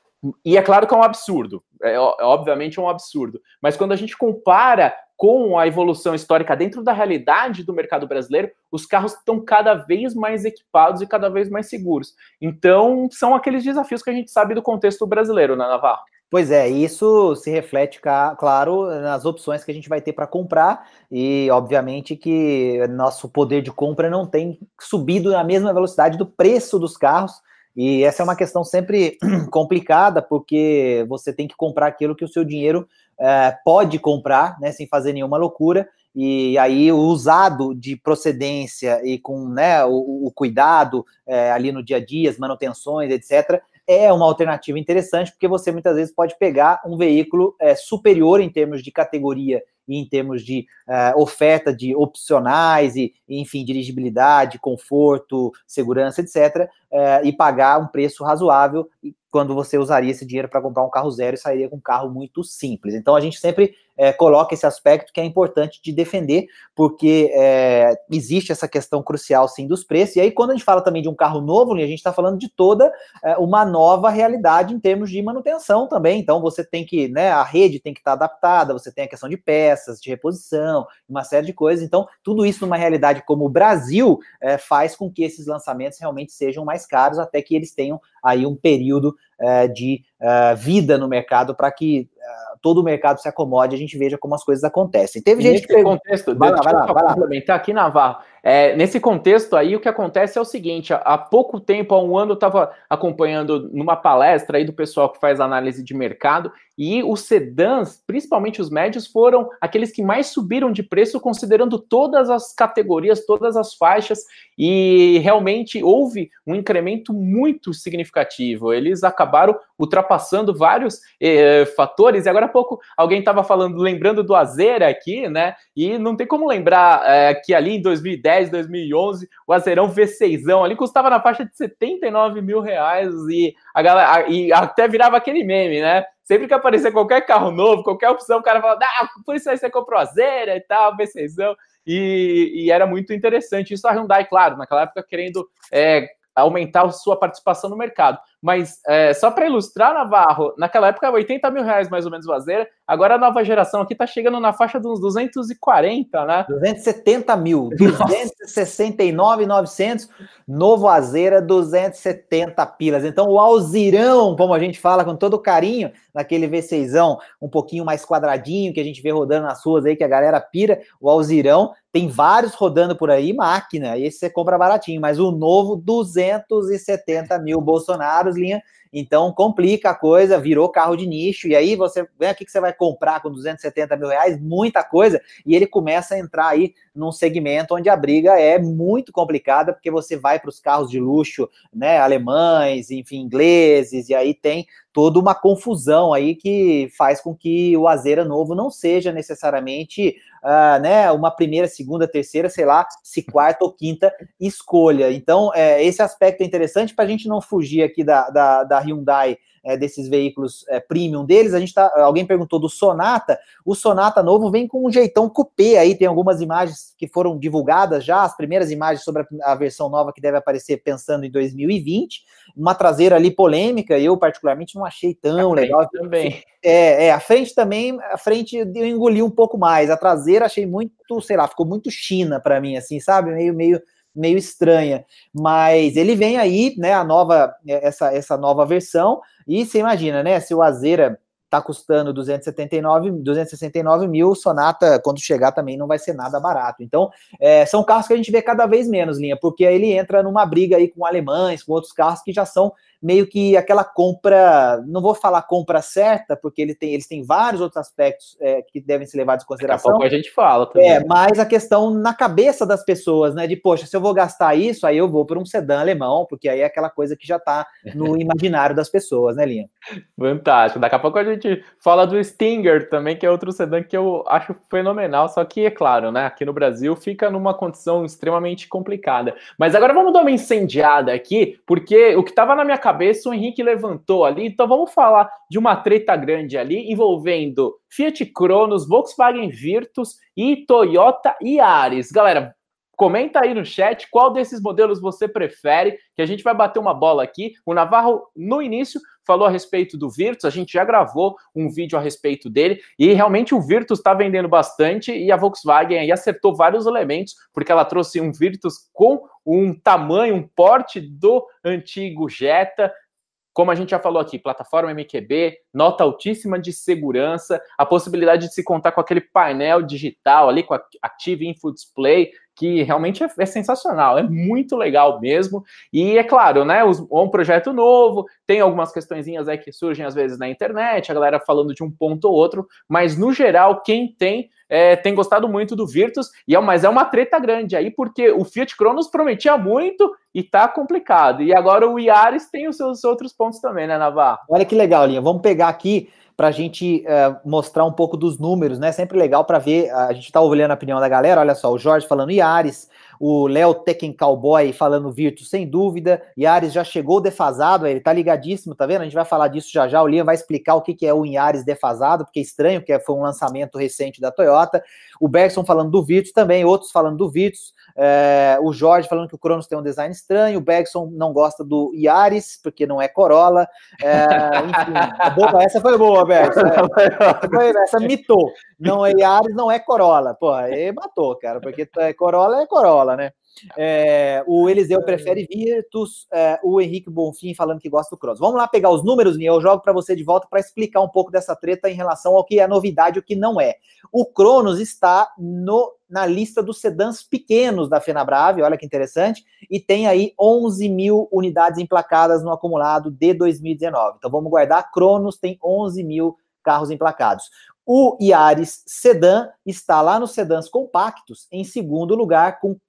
E é claro que é um absurdo, obviamente é um absurdo, mas quando a gente compara com a evolução histórica dentro da realidade do mercado brasileiro, os carros estão cada vez mais equipados e cada vez mais seguros. Então, são aqueles desafios que a gente sabe do contexto brasileiro, né, Navarro? Pois é, isso se reflete, claro, nas opções que a gente vai ter para comprar e, obviamente, que nosso poder de compra não tem subido na mesma velocidade do preço dos carros. E essa é uma questão sempre complicada, porque você tem que comprar aquilo que o seu dinheiro pode comprar, né, sem fazer nenhuma loucura, e aí o usado de procedência e com, né, o cuidado ali no dia a dia, as manutenções, etc., é uma alternativa interessante, porque você muitas vezes pode pegar um veículo superior em termos de categoria e em termos de oferta de opcionais e, enfim, dirigibilidade, conforto, segurança, etc., e pagar um preço razoável quando você usaria esse dinheiro para comprar um carro zero e sairia com um carro muito simples. Então, a gente sempre coloca esse aspecto que é importante de defender, porque existe essa questão crucial, sim, dos preços. E aí, quando a gente fala também de um carro novo, a gente está falando de toda uma nova realidade em termos de manutenção também. Então, você tem que, né, a rede tem que estar adaptada, você tem a questão de peças, de reposição, uma série de coisas. Então, tudo isso numa realidade como o Brasil faz com que esses lançamentos realmente sejam mais caros, até que eles tenham aí um período de vida no mercado para que todo o mercado se acomode, a gente veja como as coisas acontecem. Teve gente que contexto, vai lá, complementar aqui, Navarro. Nesse contexto aí, o que acontece é o seguinte, há pouco tempo, há um ano, eu estava acompanhando numa palestra aí do pessoal que faz análise de mercado, e os sedãs, principalmente os médios, foram aqueles que mais subiram de preço, considerando todas as categorias, todas as faixas, e realmente houve um incremento muito significativo. Eles acabaram ultrapassando vários fatores, e agora há pouco alguém estava lembrando do Azera aqui, né, e não tem como lembrar que ali em 2010, 2011, o Azerão V6ão ali custava na faixa de 79 mil reais, e a galera, e até virava aquele meme, né, sempre que aparecia qualquer carro novo, qualquer opção, o cara falava, por isso aí você comprou Azera e tal, V6ão, e era muito interessante. Isso a Hyundai, claro, naquela época querendo aumentar a sua participação no mercado. Mas só para ilustrar, Navarro, naquela época 80 mil reais mais ou menos o Azera, agora a nova geração aqui está chegando na faixa de uns 240, né? 270 mil, 269.900, novo Azera, 270 pilas. Então o Alzirão, como a gente fala com todo carinho, naquele V6ão um pouquinho mais quadradinho, que a gente vê rodando nas ruas aí, que a galera pira, o Alzirão, tem vários rodando por aí, máquina, esse você compra baratinho, mas o novo, 270 mil Bolsonaros, linha, então complica a coisa, virou carro de nicho, e aí você vê aqui que você vai comprar com 270 mil reais, muita coisa, e ele começa a entrar aí num segmento onde a briga é muito complicada, porque você vai para os carros de luxo, né, alemães, enfim, ingleses, e aí tem toda uma confusão aí que faz com que o Azera novo não seja necessariamente né, uma primeira, segunda, terceira, sei lá, se quarta ou quinta escolha. Então, esse aspecto é interessante para a gente não fugir aqui da Hyundai desses veículos premium deles. Alguém perguntou do Sonata. O Sonata novo vem com um jeitão coupé aí, tem algumas imagens que foram divulgadas já, as primeiras imagens sobre a versão nova que deve aparecer pensando em 2020, uma traseira ali polêmica, eu particularmente não achei tão legal. Também. A frente também, eu engoli um pouco mais, a traseira achei muito, sei lá, ficou muito China para mim, assim, sabe, meio estranha, mas ele vem aí, né, essa nova versão, e você imagina, né, se o Azera tá custando 269 mil, o Sonata, quando chegar, também não vai ser nada barato. Então, são carros que a gente vê cada vez menos, Linha, porque aí ele entra numa briga aí com alemães, com outros carros que já são meio que aquela compra, não vou falar compra certa, porque eles têm vários outros aspectos que devem ser levados em consideração. Daqui a pouco a gente fala também. Mas a questão na cabeça das pessoas, né, de, poxa, se eu vou gastar isso, aí eu vou por um sedã alemão, porque aí é aquela coisa que já tá no imaginário das pessoas, né, Linha? Fantástico. Daqui a pouco a gente fala do Stinger também, que é outro sedã que eu acho fenomenal, só que, é claro, né, aqui no Brasil fica numa condição extremamente complicada. Mas agora vamos dar uma incendiada aqui, porque o que estava na minha cabeça o Henrique levantou ali, então vamos falar de uma treta grande ali, envolvendo Fiat Cronos, Volkswagen Virtus e Toyota Yaris. Galera, comenta aí no chat qual desses modelos você prefere, que a gente vai bater uma bola aqui. O Navarro, no início, falou a respeito do Virtus, a gente já gravou um vídeo a respeito dele, e realmente o Virtus está vendendo bastante, e a Volkswagen aí acertou vários elementos, porque ela trouxe um Virtus com um tamanho, um porte do antigo Jetta. Como a gente já falou aqui, plataforma MQB, nota altíssima de segurança, a possibilidade de se contar com aquele painel digital ali, com a Active Info Display, que realmente é sensacional, é muito legal mesmo. E é claro, né, um projeto novo, tem algumas questõezinhas aí que surgem às vezes na internet, a galera falando de um ponto ou outro, mas no geral, quem tem gostado muito do Virtus, mas é uma treta grande aí, porque o Fiat Cronos prometia muito e tá complicado. E agora o Yaris tem os seus outros pontos também, né, Navarro? Olha que legal, Linha. Vamos pegar aqui para a gente mostrar um pouco dos números, né? Sempre legal para ver, a gente tá olhando a opinião da galera, olha só, o Jorge falando Yaris, o Léo Tekken Cowboy falando Virtus, sem dúvida, Yaris já chegou defasado, ele tá ligadíssimo, tá vendo? A gente vai falar disso já, o Liam vai explicar o que é o Yaris defasado, porque é estranho, porque foi um lançamento recente da Toyota, o Bergson falando do Virtus também, outros falando do Virtus, o Jorge falando que o Cronos tem um design estranho, o Bergson não gosta do Yaris, porque não é Corolla, enfim, essa foi boa, Bergson, essa mitou, não é Yaris, não é Corolla, pô, aí matou, cara, porque Corolla é Corolla, né? O Eliseu prefere Virtus, o Henrique Bonfim falando que gosta do Cronos. Vamos lá pegar os números, e eu jogo para você de volta para explicar um pouco dessa treta em relação ao que é novidade e o que não é. O Cronos está na lista dos sedãs pequenos da Fenabrave, olha que interessante, e tem aí 11 mil unidades emplacadas no acumulado de 2019. Então vamos guardar, Cronos tem 11 mil carros emplacados. O Yaris Sedan está lá nos sedãs compactos, em segundo lugar, com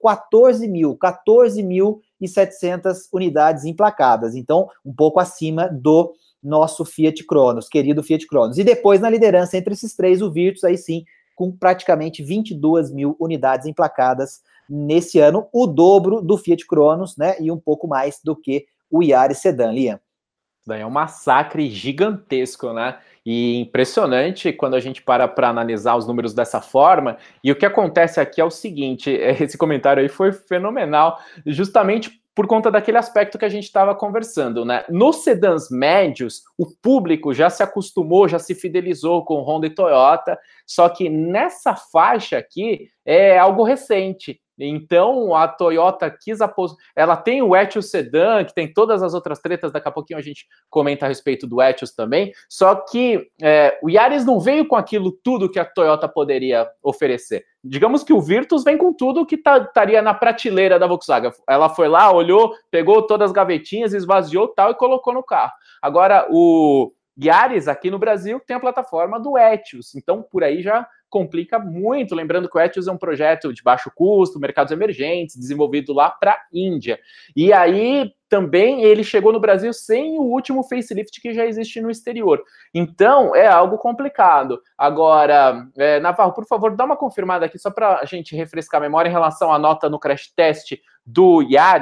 14.700 unidades emplacadas. Então, um pouco acima do nosso Fiat Cronos, querido Fiat Cronos. E depois, na liderança entre esses três, o Virtus, aí sim, com praticamente 22 mil unidades emplacadas nesse ano, o dobro do Fiat Cronos, né? E um pouco mais do que o Yaris Sedan, Liam. Daí é um massacre gigantesco, né? E impressionante quando a gente para analisar os números dessa forma. E o que acontece aqui é o seguinte: esse comentário aí foi fenomenal, justamente por conta daquele aspecto que a gente estava conversando, né? Nos sedãs médios, o público já se acostumou, já se fidelizou com Honda e Toyota, só que nessa faixa aqui é algo recente. Então, a Toyota ela tem o Etios Sedan, que tem todas as outras tretas, daqui a pouquinho a gente comenta a respeito do Etios também, só que o Yaris não veio com aquilo tudo que a Toyota poderia oferecer. Digamos que o Virtus vem com tudo que estaria na prateleira da Volkswagen. Ela foi lá, olhou, pegou todas as gavetinhas, esvaziou tal e colocou no carro. Agora, o Yaris, aqui no Brasil, tem a plataforma do Etios, então por aí já complica muito, lembrando que o Etios é um projeto de baixo custo, mercados emergentes, desenvolvido lá para a Índia. E aí também ele chegou no Brasil sem o último facelift que já existe no exterior. Então é algo complicado. Agora, Navarro, por favor, dá uma confirmada aqui só para a gente refrescar a memória em relação à nota no crash test do Yaris,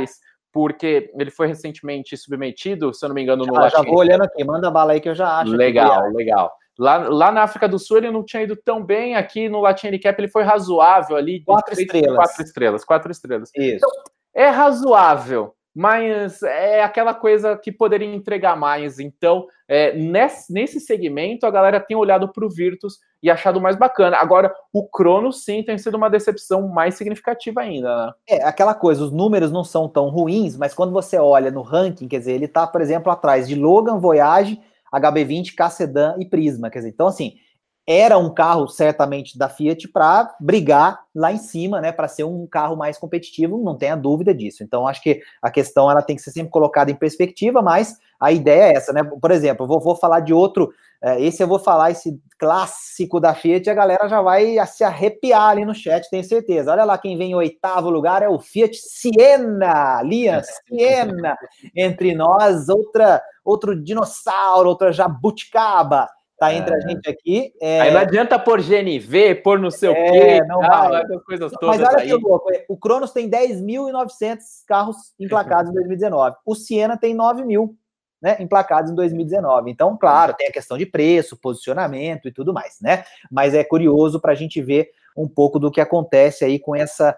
porque ele foi recentemente submetido, se eu não me engano, no Latin. Já vou olhando aqui, manda bala aí que eu já acho. Legal, legal. Lá na África do Sul ele não tinha ido tão bem, aqui no Latin Handicap ele foi razoável ali. 4 estrelas. 4 estrelas. Isso. Então, é razoável, mas é aquela coisa que poderia entregar mais. Então, nesse segmento, a galera tem olhado para o Virtus e achado mais bacana. Agora, o Cronos, sim, tem sido uma decepção mais significativa ainda, né? Aquela coisa, os números não são tão ruins, mas quando você olha no ranking, quer dizer, ele tá, por exemplo, atrás de Logan, Voyage, HB20, K-Sedan e Prisma, quer dizer, então assim, era um carro certamente da Fiat para brigar lá em cima, né, para ser um carro mais competitivo, não tenha dúvida disso. Então acho que a questão ela tem que ser sempre colocada em perspectiva, mas a ideia é essa, né? Por exemplo, eu vou falar de outro, esse eu vou falar, esse clássico da Fiat, a galera já vai se arrepiar ali no chat, tenho certeza. Olha lá quem vem em 8º lugar, é o Fiat Siena, Lian, Siena, entre nós, outro dinossauro, outra jabuticaba, tá entre a gente aqui. Aí não adianta pôr GNV, pôr não sei o quê, não vai. essas coisas todas. Mas olha aí. que louco, o Cronos tem 10.900 carros emplacados em 2019, o Siena tem 9.000, né, emplacados em 2019. Então, claro, tem a questão de preço, posicionamento e tudo mais, né? Mas é curioso para a gente ver um pouco do que acontece aí com essa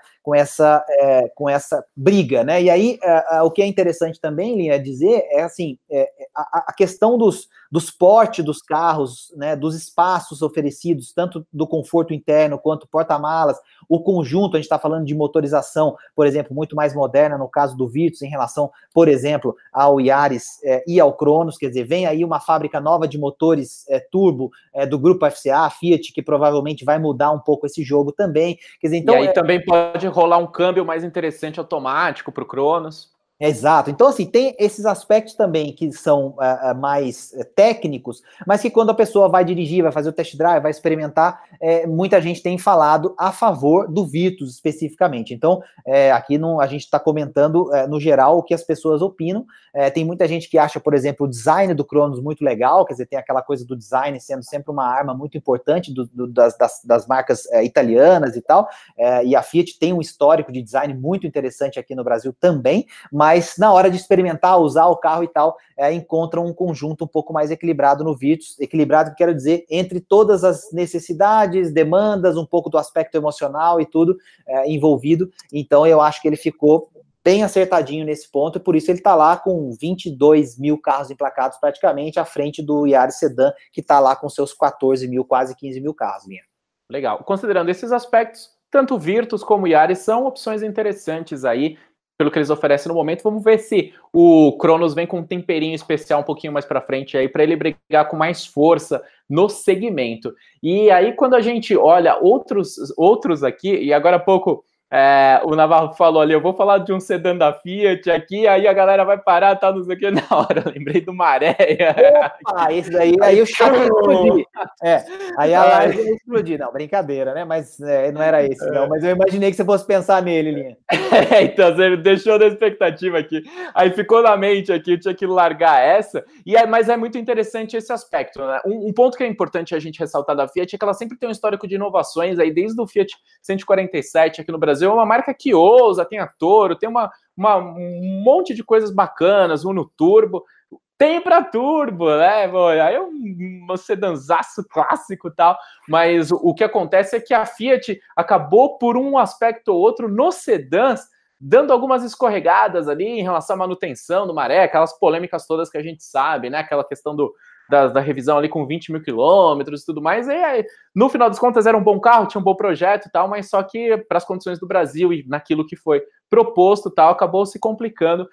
briga, né? E aí, o que é interessante também, Linha, dizer é assim, a questão dos portes dos carros, né, dos espaços oferecidos, tanto do conforto interno quanto porta-malas, o conjunto, a gente está falando de motorização, por exemplo, muito mais moderna no caso do Virtus em relação, por exemplo, ao Yaris e ao Cronos, quer dizer, vem aí uma fábrica nova de motores turbo do grupo FCA, Fiat, que provavelmente vai mudar um pouco esse jogo também. Quer dizer, então, e aí também pode rolar um câmbio mais interessante automático para o Cronos. Exato. Então, assim, tem esses aspectos também que são mais técnicos, mas que quando a pessoa vai dirigir, vai fazer o test drive, vai experimentar, muita gente tem falado a favor do Virtus especificamente. Então, aqui a gente está comentando, no geral, o que as pessoas opinam. Tem muita gente que acha, por exemplo, o design do Cronos muito legal, quer dizer, tem aquela coisa do design sendo sempre uma arma muito importante das marcas italianas e tal, e a Fiat tem um histórico de design muito interessante aqui no Brasil também, mas na hora de experimentar, usar o carro e tal, encontram um conjunto um pouco mais equilibrado no Virtus, equilibrado, quero dizer, entre todas as necessidades, demandas, um pouco do aspecto emocional e tudo envolvido. Então eu acho que ele ficou bem acertadinho nesse ponto, e por isso ele está lá com 22 mil carros emplacados praticamente, à frente do Yaris Sedan, que está lá com seus 14 mil, quase 15 mil carros. Minha. Legal. Considerando esses aspectos, tanto o Virtus como o Yaris são opções interessantes aí, pelo que eles oferecem no momento. Vamos ver se o Cronos vem com um temperinho especial um pouquinho mais para frente aí, para ele brigar com mais força no segmento. E aí, quando a gente olha outros aqui, e agora há pouco o Navarro falou ali, eu vou falar de um sedã da Fiat aqui, aí a galera vai parar, tá, não sei o que, na hora, eu lembrei do Maré. Opa, esse daí, aí o chat ia explodir. Aí a live ia explodir. Não, brincadeira, né? Mas não era esse, não. Mas eu imaginei que você fosse pensar nele, Linha. Então, você deixou na expectativa aqui. Aí ficou na mente aqui, eu tinha que largar essa. Mas é muito interessante esse aspecto, né? Um ponto que é importante a gente ressaltar da Fiat é que ela sempre tem um histórico de inovações, aí desde o Fiat 147 aqui no Brasil, é uma marca que ousa, tem a Toro, tem um monte de coisas bacanas, Uno Turbo, tem para turbo, né? Aí é um sedanzaço clássico e tal, mas o que acontece é que a Fiat acabou por um aspecto ou outro nos sedãs, dando algumas escorregadas ali em relação à manutenção do Maré, aquelas polêmicas todas que a gente sabe, né? Aquela questão da revisão ali com 20 mil quilômetros e tudo mais, e no final das contas era um bom carro, tinha um bom projeto e tal, mas só que para as condições do Brasil e naquilo que foi proposto e tal, acabou se complicando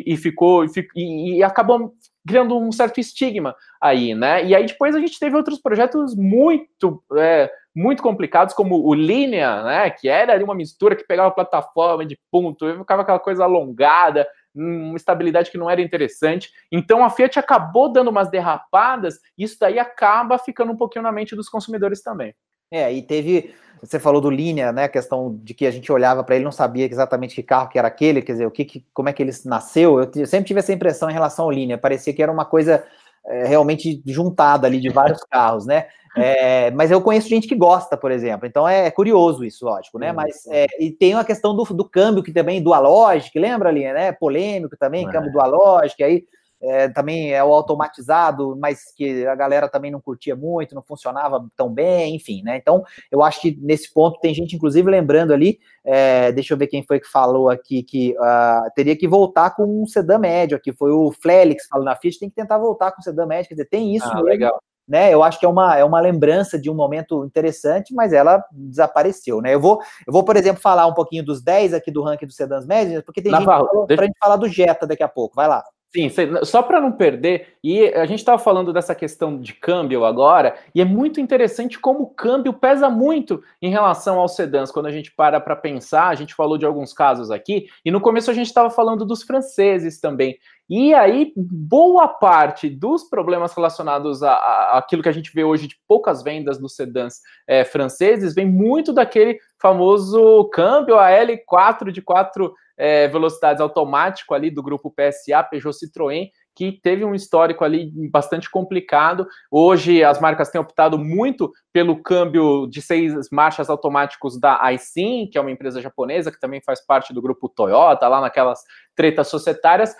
e acabou criando um certo estigma aí, né? E aí depois a gente teve outros projetos muito complicados, como o Linea, né? Que era ali uma mistura que pegava plataforma de ponto, e ficava aquela coisa alongada, uma estabilidade que não era interessante. Então a Fiat acabou dando umas derrapadas, e isso daí acaba ficando um pouquinho na mente dos consumidores também. E teve, você falou do Linea, né, a questão de que a gente olhava para ele, não sabia exatamente que carro que era aquele, quer dizer, como é que ele nasceu. Eu sempre tive essa impressão em relação ao Linea, parecia que era uma coisa realmente juntada ali de vários carros, né? Mas eu conheço gente que gosta, por exemplo. Então é curioso isso, lógico, né? Mas e tem a questão do câmbio que também Dualogic, lembra ali, né? Polêmico também, câmbio Dualogic, aí também é o automatizado, mas que a galera também não curtia muito, não funcionava tão bem, enfim, né? Então eu acho que nesse ponto tem gente, inclusive, lembrando ali, deixa eu ver quem foi que falou aqui, que teria que voltar com um sedã médio aqui, foi o Flélix falou na Fiat, tem que tentar voltar com o sedã médio, quer dizer, tem isso mesmo. Legal. Né, eu acho que é uma lembrança de um momento interessante, mas ela desapareceu, né? Eu vou, por exemplo, falar um pouquinho dos 10 aqui do ranking dos sedãs médios, porque tem gente que falou pra gente falar do Jetta daqui a pouco, vai lá. Sim, só para não perder, e a gente estava falando dessa questão de câmbio agora, e é muito interessante como o câmbio pesa muito em relação aos sedãs, quando a gente para pensar, a gente falou de alguns casos aqui, e no começo a gente estava falando dos franceses também, e aí boa parte dos problemas relacionados àquilo que a gente vê hoje de poucas vendas nos sedãs franceses, vem muito daquele famoso câmbio, a L4 de 4 velocidades automático ali do grupo PSA, Peugeot Citroën, que teve um histórico ali bastante complicado. Hoje as marcas têm optado muito pelo câmbio de 6 marchas automáticos da Aisin, que é uma empresa japonesa que também faz parte do grupo Toyota, lá naquelas tretas societárias,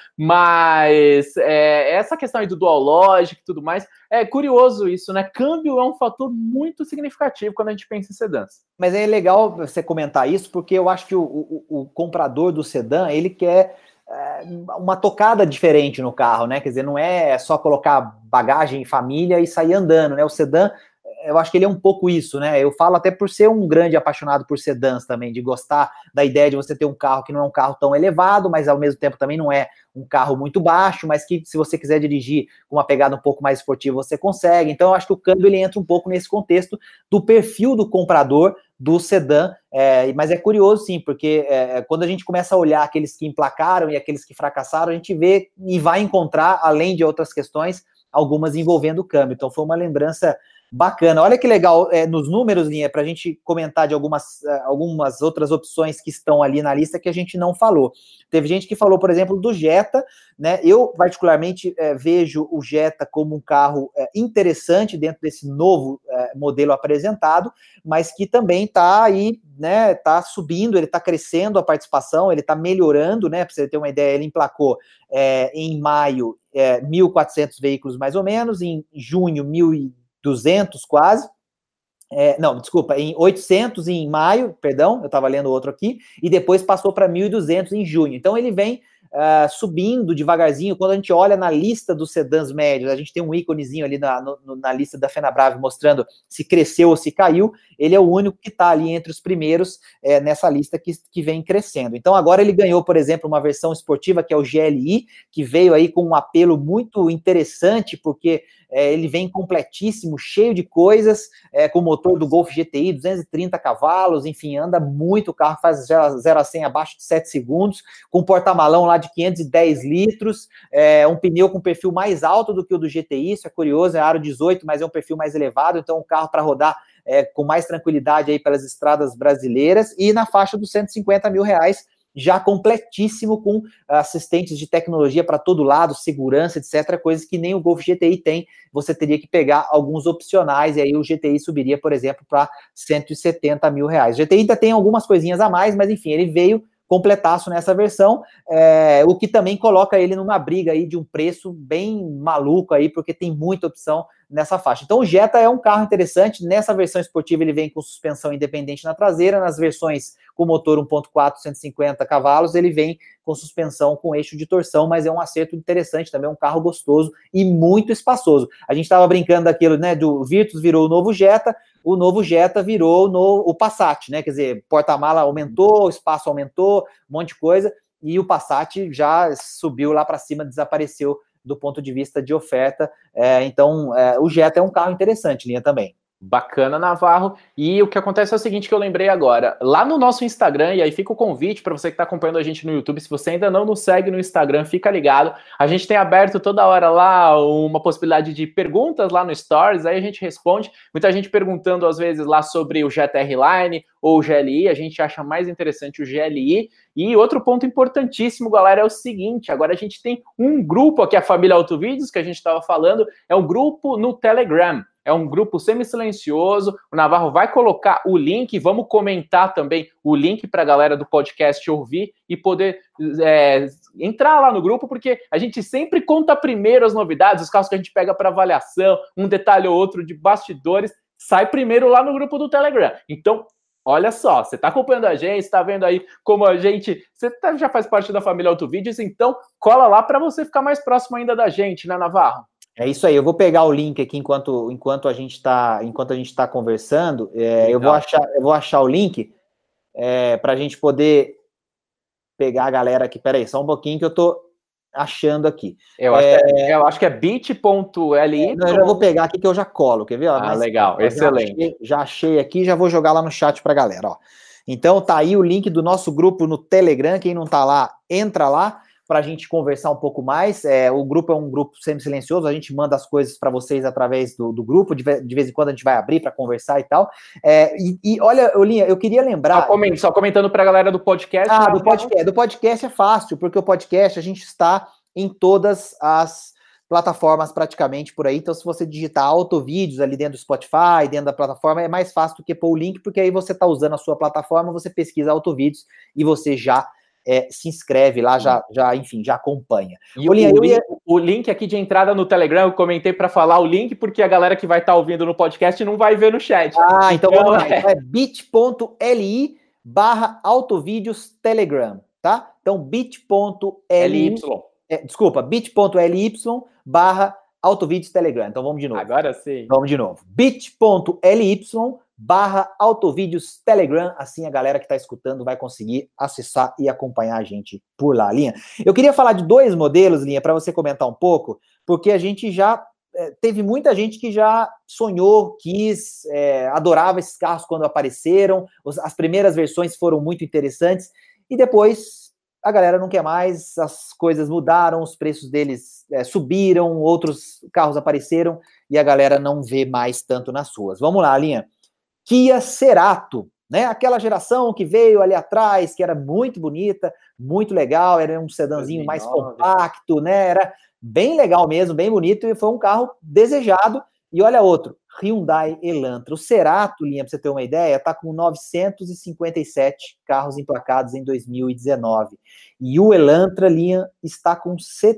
mas essa questão aí do Dual Logic e tudo mais, é curioso isso, né? Câmbio é um fator muito significativo quando a gente pensa em sedãs. Mas é legal você comentar isso, porque eu acho que o comprador do sedã, ele quer uma tocada diferente no carro, né? Quer dizer, não é só colocar bagagem, família e sair andando, né? O sedã, eu acho que ele é um pouco isso, né? Eu falo até por ser um grande apaixonado por sedãs também, de gostar da ideia de você ter um carro que não é um carro tão elevado, mas ao mesmo tempo também não é um carro muito baixo, mas que se você quiser dirigir com uma pegada um pouco mais esportiva, você consegue. Então eu acho que o câmbio ele entra um pouco nesse contexto do perfil do comprador do sedã, mas é curioso sim, porque quando a gente começa a olhar aqueles que emplacaram e aqueles que fracassaram, a gente vê e vai encontrar, além de outras questões, algumas envolvendo o câmbio. Então foi uma lembrança bacana. Olha que legal, nos números, Linha, para a gente comentar de algumas outras opções que estão ali na lista que a gente não falou. Teve gente que falou, por exemplo, do Jetta, né? Eu, particularmente, vejo o Jetta como um carro interessante dentro desse novo modelo apresentado, mas que também está aí, né? Está subindo, ele está crescendo a participação, ele está melhorando, né? Para você ter uma ideia, ele emplacou em maio 1.400 veículos mais ou menos, em junho 1.200 quase, não, desculpa, em 800 em maio, perdão, eu estava lendo outro aqui, e depois passou para 1.200 em junho. Então ele vem subindo devagarzinho. Quando a gente olha na lista dos sedãs médios, a gente tem um íconezinho ali na lista da Fenabrave mostrando se cresceu ou se caiu. Ele é o único que está ali entre os primeiros nessa lista que vem crescendo. Então agora ele ganhou, por exemplo, uma versão esportiva que é o GLI, que veio aí com um apelo muito interessante, porque ele vem completíssimo, cheio de coisas, com o motor do Golf GTI, 230 cavalos, enfim, anda muito, o carro faz 0 a 100 abaixo de 7 segundos, com porta-malão lá de 510 litros, um pneu com perfil mais alto do que o do GTI, isso é curioso, é aro 18, mas é um perfil mais elevado, então um carro para rodar com mais tranquilidade aí pelas estradas brasileiras, e na faixa dos 150 mil reais, já completíssimo, com assistentes de tecnologia para todo lado, segurança, etc., coisas que nem o Golf GTI tem. Você teria que pegar alguns opcionais, e aí o GTI subiria, por exemplo, para 170 mil reais. O GTI ainda tem algumas coisinhas a mais, mas enfim, ele veio completaço nessa versão, o que também coloca ele numa briga aí de um preço bem maluco aí, porque tem muita opção nessa faixa. Então o Jetta é um carro interessante. Nessa versão esportiva ele vem com suspensão independente na traseira, nas versões com motor 1.4, 150 cavalos, ele vem com suspensão com eixo de torção, mas é um acerto interessante também, um carro gostoso e muito espaçoso. A gente estava brincando daquilo, né, do Virtus virou o novo Jetta, o novo Jetta virou o Passat, né, quer dizer, porta-mala aumentou, o espaço aumentou, um monte de coisa, e o Passat já subiu lá para cima, desapareceu do ponto de vista de oferta. Então o Jetta é um carro interessante, Linha, também. Bacana, Navarro. E o que acontece é o seguinte, que eu lembrei agora. Lá no nosso Instagram, e aí fica o convite para você que está acompanhando a gente no YouTube, se você ainda não nos segue no Instagram, fica ligado. A gente tem aberto toda hora lá uma possibilidade de perguntas lá no Stories, aí a gente responde. Muita gente perguntando, às vezes, lá sobre o Jetta R-Line ou o GLI. A gente acha mais interessante o GLI. E outro ponto importantíssimo, galera, é o seguinte, agora a gente tem um grupo aqui, a família Autovídeos, que a gente estava falando, é um grupo no Telegram. É um grupo semi-silencioso, o Navarro vai colocar o link, vamos comentar também o link para a galera do podcast ouvir e poder entrar lá no grupo, porque a gente sempre conta primeiro as novidades, os carros que a gente pega para avaliação, um detalhe ou outro de bastidores, sai primeiro lá no grupo do Telegram. Então, olha só, você está acompanhando a gente, está vendo aí como a gente... já faz parte da família Autovídeos, então cola lá para você ficar mais próximo ainda da gente, né, Navarro? É isso aí, eu vou pegar o link aqui enquanto a gente está conversando. Eu vou achar o link para a gente poder pegar a galera aqui. Peraí, só um pouquinho que eu tô achando aqui. Eu acho que é bit.ly. Eu já vou pegar aqui que eu já colo, quer ver? Mas, legal, excelente. Já achei aqui, já vou jogar lá no chat pra galera, ó. Então tá aí o link do nosso grupo no Telegram, quem não tá lá, entra lá para a gente conversar um pouco mais. O grupo é um grupo semi-silencioso, a gente manda as coisas para vocês através do grupo, de vez em quando a gente vai abrir para conversar e tal. Olha, Olinha, eu queria lembrar... Só comentando para a galera do podcast. Do podcast é fácil, porque o podcast a gente está em todas as plataformas praticamente por aí, então se você digitar Autovídeos ali dentro do Spotify, dentro da plataforma, é mais fácil do que pôr o link, porque aí você está usando a sua plataforma, você pesquisa Autovídeos e você já se inscreve lá, enfim, já acompanha. E o link aqui de entrada no Telegram, eu comentei para falar o link, porque a galera que vai estar ouvindo no podcast não vai ver no chat. Então vamos lá. Então é bit.ly/Autovídeos Telegram, tá? Então bit.ly... bit.ly/Autovídeos Telegram. Então vamos de novo. Agora sim. Vamos de novo. bit.ly/Autovídeos Telegram. Assim a galera que está escutando vai conseguir acessar e acompanhar a gente por lá, Linha. Eu queria falar de 2 modelos, Linha, para você comentar um pouco, porque a gente já teve muita gente que já sonhou, quis, adorava esses carros quando apareceram. As primeiras versões foram muito interessantes e depois a galera não quer mais, as coisas mudaram, os preços deles subiram, outros carros apareceram e a galera não vê mais tanto nas ruas. Vamos lá, Linha. Kia Cerato, né? Aquela geração que veio ali atrás, que era muito bonita, muito legal, era um sedanzinho mais compacto, né? Era bem legal mesmo, bem bonito, e foi um carro desejado. E olha outro, Hyundai Elantra. O Cerato, Linha, para você ter uma ideia, está com 957 carros emplacados em 2019. E o Elantra, Linha, está com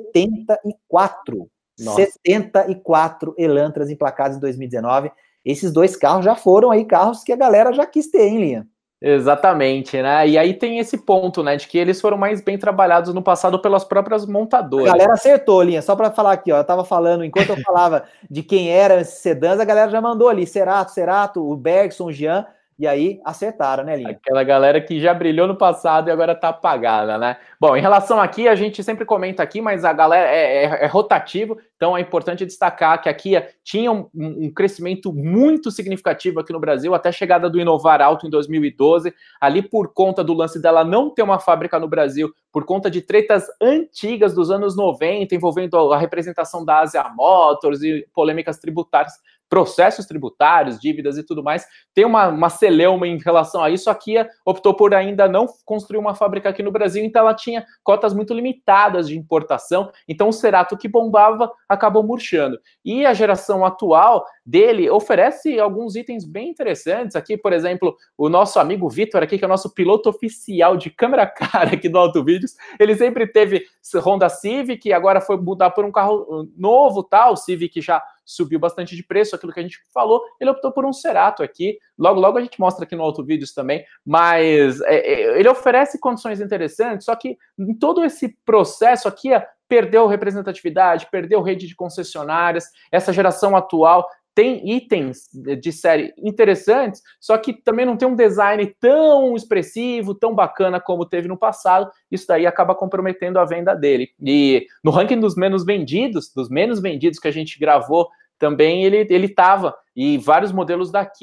74. Nossa. 74 Elantras emplacados em 2019. Esses 2 carros já foram aí carros que a galera já quis ter, hein, Linha? Exatamente, né? E aí tem esse ponto, né, de que eles foram mais bem trabalhados no passado pelas próprias montadoras. A galera acertou, Linha, só para falar aqui, ó, eu tava falando, enquanto eu falava de quem eram esses sedãs, a galera já mandou ali, Cerato, o Bergson, o Jean, e aí acertaram, né, Linha? Aquela galera que já brilhou no passado e agora tá apagada, né? Bom, em relação aqui, a gente sempre comenta aqui, mas a galera é rotativo, então é importante destacar que a Kia tinha um crescimento muito significativo aqui no Brasil, até a chegada do Inovar Alto em 2012, ali por conta do lance dela não ter uma fábrica no Brasil, por conta de tretas antigas dos anos 90, envolvendo a representação da Asia Motors e polêmicas tributárias, processos tributários, dívidas e tudo mais, tem uma celeuma em relação a isso. A Kia optou por ainda não construir uma fábrica aqui no Brasil, então ela tinha cotas muito limitadas de importação, então o Cerato que bombava acabou murchando. E a geração atual dele oferece alguns itens bem interessantes. Aqui, por exemplo, o nosso amigo Vitor aqui, que é o nosso piloto oficial de câmera cara aqui do Autovídeos, ele sempre teve Honda Civic, e agora foi mudar por um carro novo, tal, o Civic já subiu bastante de preço, aquilo que a gente falou, ele optou por um Cerato aqui, logo a gente mostra aqui no Autovídeos também, mas ele oferece condições interessantes, só que em todo esse processo aqui, perdeu representatividade, perdeu rede de concessionárias, essa geração atual tem itens de série interessantes, só que também não tem um design tão expressivo, tão bacana como teve no passado. Isso daí acaba comprometendo a venda dele. E no ranking dos menos vendidos que a gente gravou, também ele estava, e vários modelos da Kia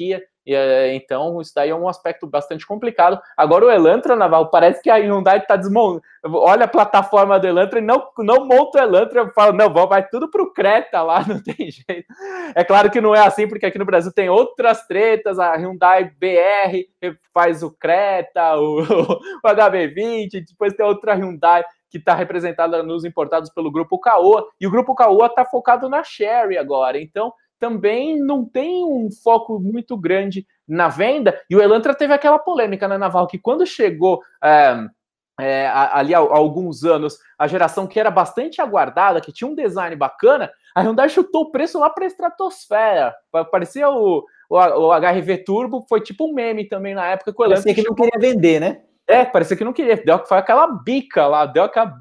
Então, isso daí é um aspecto bastante complicado. Agora, o Elantra, Navarro, parece que a Hyundai está desmontando. Olha a plataforma do Elantra e não monta o Elantra. Eu falo, não, vai tudo para o Creta lá, não tem jeito. É claro que não é assim, porque aqui no Brasil tem outras tretas. A Hyundai BR faz o Creta, o HB20, depois tem outra Hyundai que está representada nos importados pelo Grupo Caoa, e o Grupo Caoa está focado na Chery agora. Então, também não tem um foco muito grande na venda, e o Elantra teve aquela polêmica, né, Naval, que quando chegou ali há alguns anos, a geração que era bastante aguardada, que tinha um design bacana, a Hyundai chutou o preço lá para a estratosfera, parecia o HR-V Turbo, foi tipo um meme também na época, que o Elantra... Parecia que não queria vender, né? Parecia que não queria, foi aquela bica lá,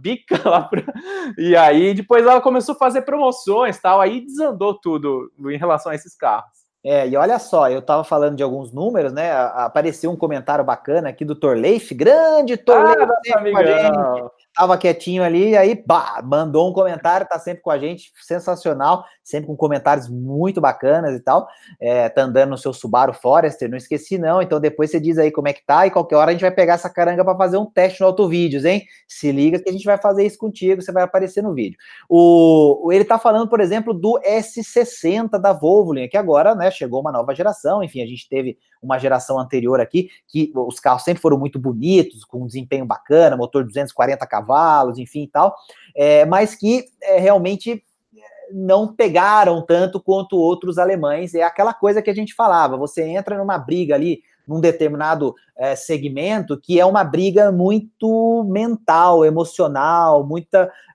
e aí depois ela começou a fazer promoções e tal, aí desandou tudo em relação a esses carros. E olha só, eu tava falando de alguns números, né? Apareceu um comentário bacana aqui do Torleif, grande Torleif, sempre com a gente, tava quietinho ali, aí mandou um comentário, tá sempre com a gente, sensacional, sempre com comentários muito bacanas e tal. Tá andando no seu Subaru Forester, não esqueci não, então depois você diz aí como é que tá, e qualquer hora a gente vai pegar essa caranga para fazer um teste no Autovídeos, hein? Se liga que a gente vai fazer isso contigo, você vai aparecer no vídeo. Ele tá falando, por exemplo, do S60 da Volvo, que agora, né, chegou uma nova geração, enfim, a gente teve uma geração anterior aqui, que os carros sempre foram muito bonitos, com um desempenho bacana, motor 240 cavalos, enfim e tal, mas que realmente não pegaram tanto quanto outros alemães. É aquela coisa que a gente falava, você entra numa briga ali, num determinado segmento, que é uma briga muito mental, emocional, muito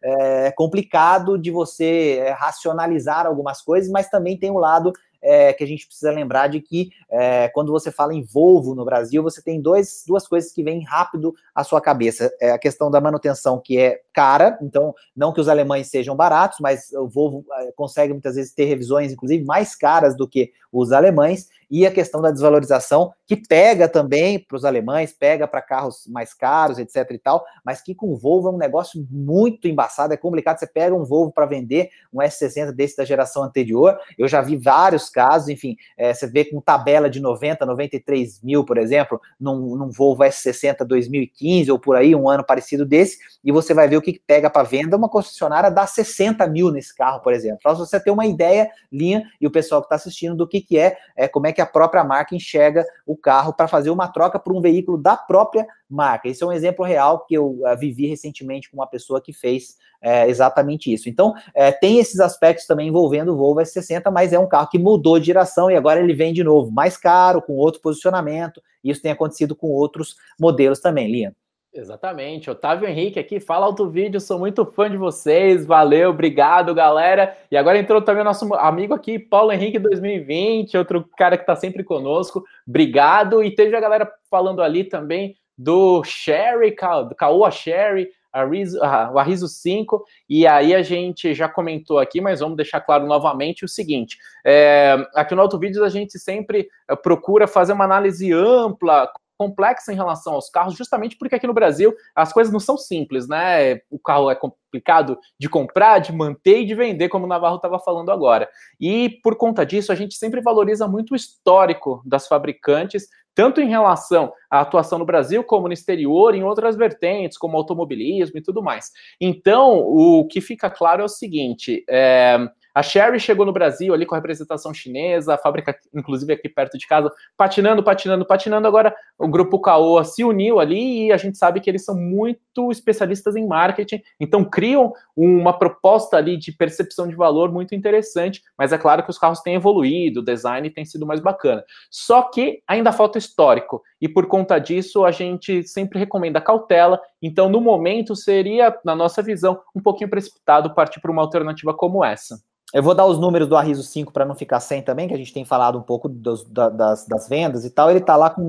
complicado de você racionalizar algumas coisas, mas também tem um lado que a gente precisa lembrar de que quando você fala em Volvo no Brasil, você tem duas coisas que vêm rápido à sua cabeça. A questão da manutenção, que é cara, então não que os alemães sejam baratos, mas o Volvo consegue muitas vezes ter revisões, inclusive, mais caras do que os alemães, e a questão da desvalorização, que pega também para os alemães, pega para carros mais caros, etc e tal, mas que com o Volvo é um negócio muito embaçado, é complicado. Você pega um Volvo para vender, um S60 desse da geração anterior, eu já vi vários casos, enfim, você vê com tabela de 90, 93 mil, por exemplo, num Volvo S60 2015, ou por aí, um ano parecido desse, e você vai ver o que pega para venda. Uma concessionária dá 60 mil nesse carro, por exemplo. Para você ter uma ideia, Linha, e o pessoal que está assistindo, do que como é que a própria marca enxerga o carro para fazer uma troca por um veículo da própria marca. Esse é um exemplo real que eu vivi recentemente com uma pessoa que fez exatamente isso. Então, tem esses aspectos também envolvendo o Volvo S60, mas é um carro que mudou de geração e agora ele vem de novo mais caro, com outro posicionamento. Isso tem acontecido com outros modelos também, Lian. Exatamente, Otávio Henrique aqui, fala Autovídeo, sou muito fã de vocês, valeu, obrigado, galera. E agora entrou também o nosso amigo aqui, Paulo Henrique 2020, outro cara que tá sempre conosco, obrigado. E teve a galera falando ali também do Chery, do Caoa Chery, o Arriso 5, e aí a gente já comentou aqui, mas vamos deixar claro novamente o seguinte, aqui no Autovídeos a gente sempre procura fazer uma análise ampla, complexa em relação aos carros, justamente porque aqui no Brasil as coisas não são simples, né? O carro é complicado de comprar, de manter e de vender, como o Navarro estava falando agora. E por conta disso, a gente sempre valoriza muito o histórico das fabricantes, tanto em relação à atuação no Brasil, como no exterior, em outras vertentes, como automobilismo e tudo mais. Então, o que fica claro é o seguinte, a Chery chegou no Brasil ali com a representação chinesa, a fábrica, inclusive, aqui perto de casa, patinando. Agora o Grupo Caoa se uniu ali e a gente sabe que eles são muito especialistas em marketing, então criam uma proposta ali de percepção de valor muito interessante, mas é claro que os carros têm evoluído, o design tem sido mais bacana. Só que ainda falta histórico, e por conta disso a gente sempre recomenda cautela. Então, no momento, seria, na nossa visão, um pouquinho precipitado partir para uma alternativa como essa. Eu vou dar os números do Arriso 5 para não ficar sem também, que a gente tem falado um pouco das vendas e tal. Ele está lá com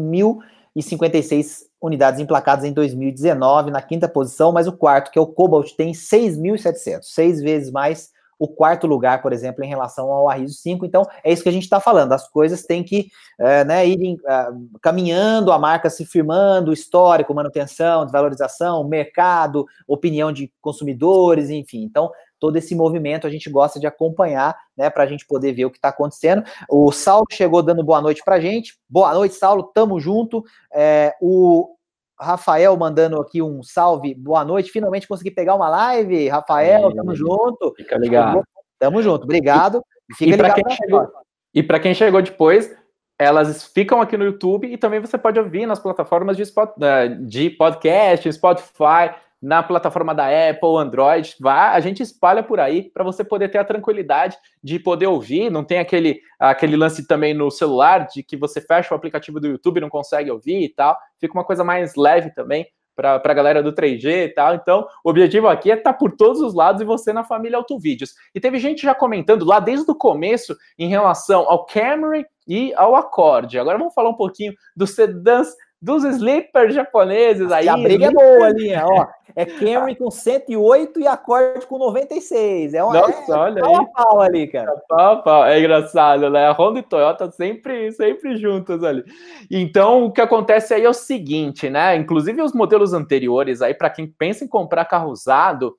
1.056 unidades emplacadas em 2019, na quinta posição, mas o quarto, que é o Cobalt, tem 6.700, 6 vezes mais o quarto lugar, por exemplo, em relação ao Arriso 5. Então, é isso que a gente está falando. As coisas têm que irem caminhando, a marca se firmando, histórico, manutenção, desvalorização, mercado, opinião de consumidores, enfim. Então, todo esse movimento a gente gosta de acompanhar, né, para a gente poder ver o que está acontecendo. O Saulo chegou dando boa noite para a gente. Boa noite, Saulo, tamo junto. O Rafael mandando aqui um salve, boa noite, finalmente consegui pegar uma live, Rafael, tamo junto. Fica ligado. Tamo junto, obrigado. Fica ligado. E para quem chegou depois, elas ficam aqui no YouTube e também você pode ouvir nas plataformas de podcast, Spotify, na plataforma da Apple, Android, a gente espalha por aí para você poder ter a tranquilidade de poder ouvir, não tem aquele lance também no celular de que você fecha o aplicativo do YouTube e não consegue ouvir e tal, fica uma coisa mais leve também para a galera do 3G e tal. Então, o objetivo aqui é estar por todos os lados e você na família Autovídeos. E teve gente já comentando lá desde o começo em relação ao Camry e ao Accord. Agora vamos falar um pouquinho dos sedãs, dos sleepers japoneses aí. A briga é boa, Linha, ó. É Camry com 108 e Accord com 96. Nossa, olha pau aí. A pau ali, cara. Pau. É engraçado, né? A Honda e Toyota sempre juntas ali. Então, o que acontece aí é o seguinte, né? Inclusive os modelos anteriores aí, para quem pensa em comprar carro usado,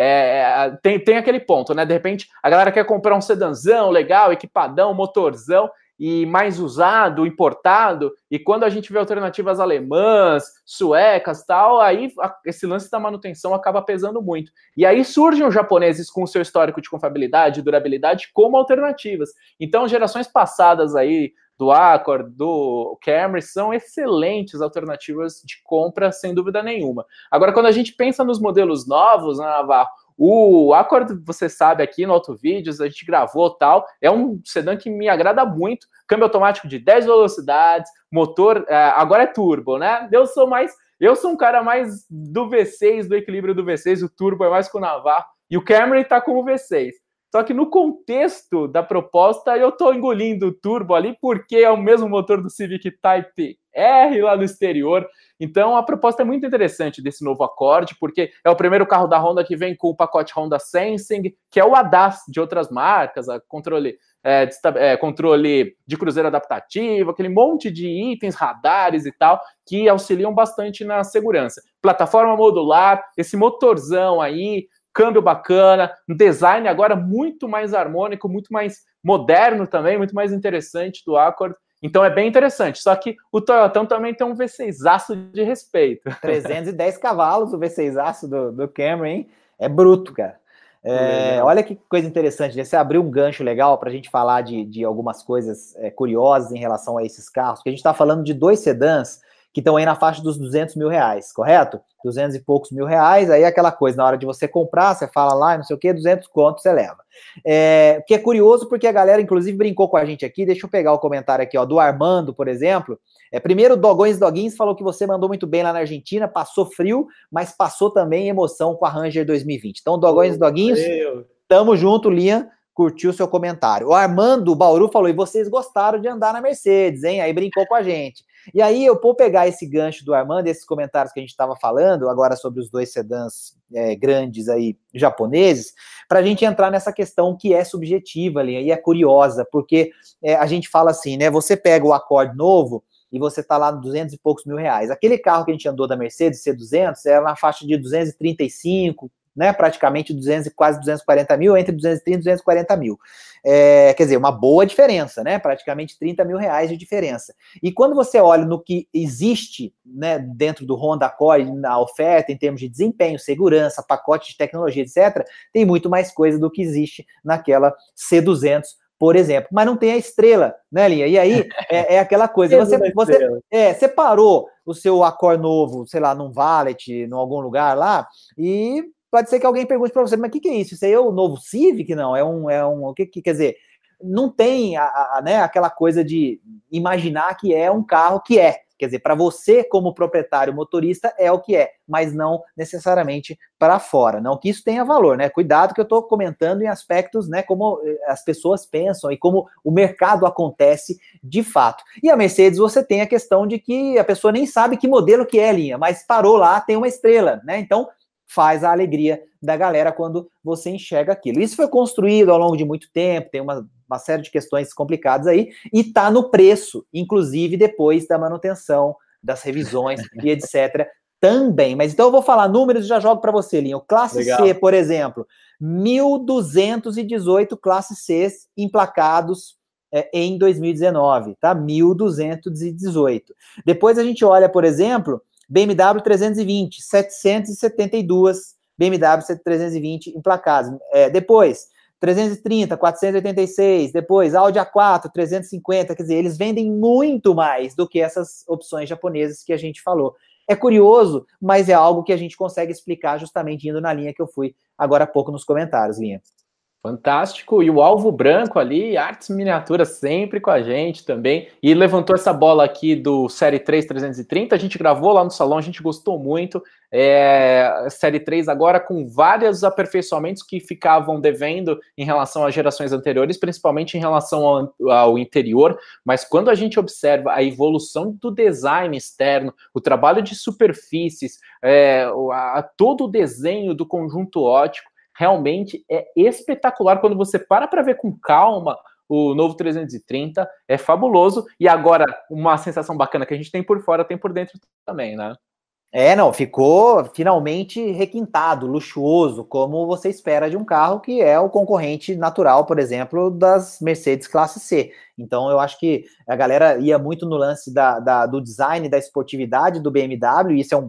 tem aquele ponto, né? De repente, a galera quer comprar um sedanzão legal, equipadão, motorzão, e mais usado, importado, e quando a gente vê alternativas alemãs, suecas, tal, aí esse lance da manutenção acaba pesando muito. E aí surgem os japoneses com o seu histórico de confiabilidade e durabilidade como alternativas. Então, gerações passadas aí do Accord, do Camry, são excelentes alternativas de compra, sem dúvida nenhuma. Agora, quando a gente pensa nos modelos novos, né, Navarro, o Accord, você sabe, aqui no Autovídeos, a gente gravou tal, é um sedã que me agrada muito, câmbio automático de 10 velocidades, motor, agora é turbo, né? Eu sou um cara mais do V6, do equilíbrio do V6, o turbo é mais com o Navarro, e o Camry tá com o V6. Só que no contexto da proposta, eu tô engolindo o turbo ali, porque é o mesmo motor do Civic Type R lá no exterior. Então, a proposta é muito interessante desse novo Accord, porque é o primeiro carro da Honda que vem com o pacote Honda Sensing, que é o ADAS de outras marcas, controle de cruzeiro adaptativo, aquele monte de itens, radares e tal, que auxiliam bastante na segurança. Plataforma modular, esse motorzão aí, câmbio bacana, um design agora muito mais harmônico, muito mais moderno também, muito mais interessante do Accord. Então é bem interessante, só que o Toyotão também tem um V6-aço de respeito. 310 cavalos o V6-aço do Camry, hein? É bruto, cara. Olha que coisa interessante, né? Você abriu um gancho legal para a gente falar de algumas coisas curiosas em relação a esses carros, que a gente está falando de dois sedãs que estão aí na faixa dos 200 mil reais, correto? 200 e poucos mil reais, aí aquela coisa, na hora de você comprar, você fala lá, não sei o que, 200 conto você leva. O que é curioso, porque a galera, inclusive, brincou com a gente aqui, deixa eu pegar o comentário aqui, ó, do Armando, por exemplo. Primeiro, Doguins falou que você mandou muito bem lá na Argentina, passou frio, mas passou também emoção com a Ranger 2020. Então, Doguins, tamo junto, Lian, curtiu o seu comentário. O Armando Bauru falou, e vocês gostaram de andar na Mercedes, hein? Aí brincou com a gente. E aí eu vou pegar esse gancho do Armando, esses comentários que a gente estava falando, agora sobre os dois sedãs grandes aí, japoneses, para a gente entrar nessa questão que é subjetiva ali, e é curiosa, porque a gente fala assim, né, você pega o Accord novo, e você tá lá no 200 e poucos mil reais. Aquele carro que a gente andou da Mercedes, C200, era na faixa de 235, né, praticamente 200 e quase 240 mil, entre 230 e 240 mil. Quer dizer, uma boa diferença, né, praticamente 30 mil reais de diferença. E quando você olha no que existe, né, dentro do Honda Accord, na oferta, em termos de desempenho, segurança, pacote de tecnologia, etc., tem muito mais coisa do que existe naquela C200, por exemplo, mas não tem a estrela, né, Linha? E aí é aquela coisa, você parou o seu Accord novo, sei lá, num valet, em algum lugar lá, e pode ser que alguém pergunte para você, mas o que é isso? Isso aí é o novo Civic? Não, o que quer dizer? Não tem né, aquela coisa de imaginar que é um carro que quer dizer, para você como proprietário motorista é o que é, mas não necessariamente para fora, não que isso tenha valor, né? Cuidado que eu estou comentando em aspectos, né, como as pessoas pensam e como o mercado acontece de fato. E a Mercedes você tem a questão de que a pessoa nem sabe que modelo que é, Linha, mas parou lá, tem uma estrela, né? Então faz a alegria da galera quando você enxerga aquilo. Isso foi construído ao longo de muito tempo, tem uma série de questões complicadas aí, e está no preço, inclusive depois da manutenção, das revisões e etc. também. Mas então eu vou falar números e já jogo para você, Linho. Classe Legal. C, por exemplo, 1.218 classes Cs emplacados em 2019, tá? 1.218. Depois a gente olha, por exemplo, BMW 320, 772 BMW 320 emplacados. Depois, 330, 486, depois Audi A4, 350, quer dizer, eles vendem muito mais do que essas opções japonesas que a gente falou. É curioso, mas é algo que a gente consegue explicar justamente indo na linha que eu fui agora há pouco nos comentários, Linha. Fantástico, e o Alvo Branco ali, artes miniaturas sempre com a gente também, e levantou essa bola aqui do Série 3 330, a gente gravou lá no salão, a gente gostou muito, Série 3 agora com vários aperfeiçoamentos que ficavam devendo em relação às gerações anteriores, principalmente em relação ao interior, mas quando a gente observa a evolução do design externo, o trabalho de superfícies, todo o desenho do conjunto óptico, realmente é espetacular quando você para ver com calma o novo 330, é fabuloso, e agora uma sensação bacana que a gente tem por fora, tem por dentro também, né? Não, ficou finalmente requintado, luxuoso, como você espera de um carro que é o concorrente natural, por exemplo, das Mercedes Classe C. Então, eu acho que a galera ia muito no lance do design, da esportividade do BMW, e isso é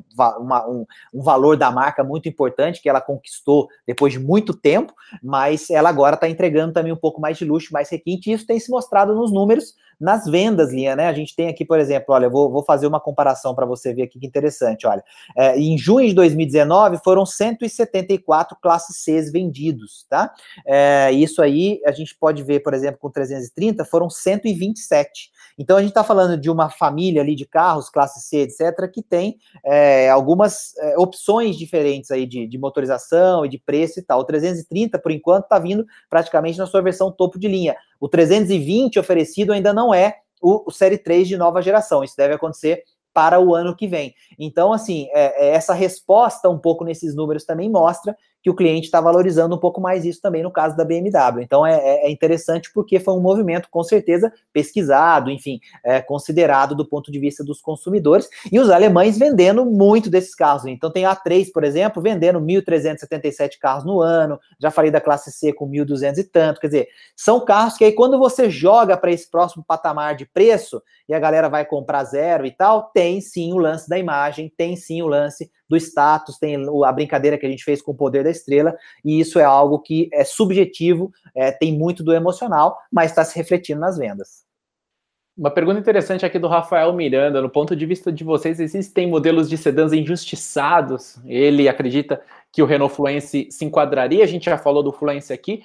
um valor da marca muito importante, que ela conquistou depois de muito tempo, mas ela agora está entregando também um pouco mais de luxo, mais requinte, e isso tem se mostrado nos números, nas vendas, Linha, né? A gente tem aqui, por exemplo, olha, vou fazer uma comparação para você ver aqui que interessante, olha. Em junho de 2019, foram 174 classes Cs vendidos, tá? Isso aí, a gente pode ver, por exemplo, com 330, foram 127. Então, a gente está falando de uma família ali de carros, classe C, etc., que tem algumas opções diferentes aí de motorização e de preço e tal. O 330, por enquanto, está vindo praticamente na sua versão topo de linha. O 320 oferecido ainda não é o Série 3 de nova geração. Isso deve acontecer para o ano que vem. Então, assim, essa resposta um pouco nesses números também mostra que o cliente está valorizando um pouco mais isso também no caso da BMW. Então, é interessante porque foi um movimento, com certeza, pesquisado, enfim, considerado do ponto de vista dos consumidores, e os alemães vendendo muito desses carros. Então, tem a A3, por exemplo, vendendo 1.377 carros no ano, já falei da classe C com 1.200 e tanto, quer dizer, são carros que aí quando você joga para esse próximo patamar de preço, e a galera vai comprar zero e tal, tem sim o lance da imagem, tem sim o lance do status, tem a brincadeira que a gente fez com o poder da estrela, e isso é algo que é subjetivo, tem muito do emocional, mas está se refletindo nas vendas. Uma pergunta interessante aqui do Rafael Miranda, no ponto de vista de vocês, existem modelos de sedãs injustiçados? Ele acredita que o Renault Fluence se enquadraria, a gente já falou do Fluence aqui,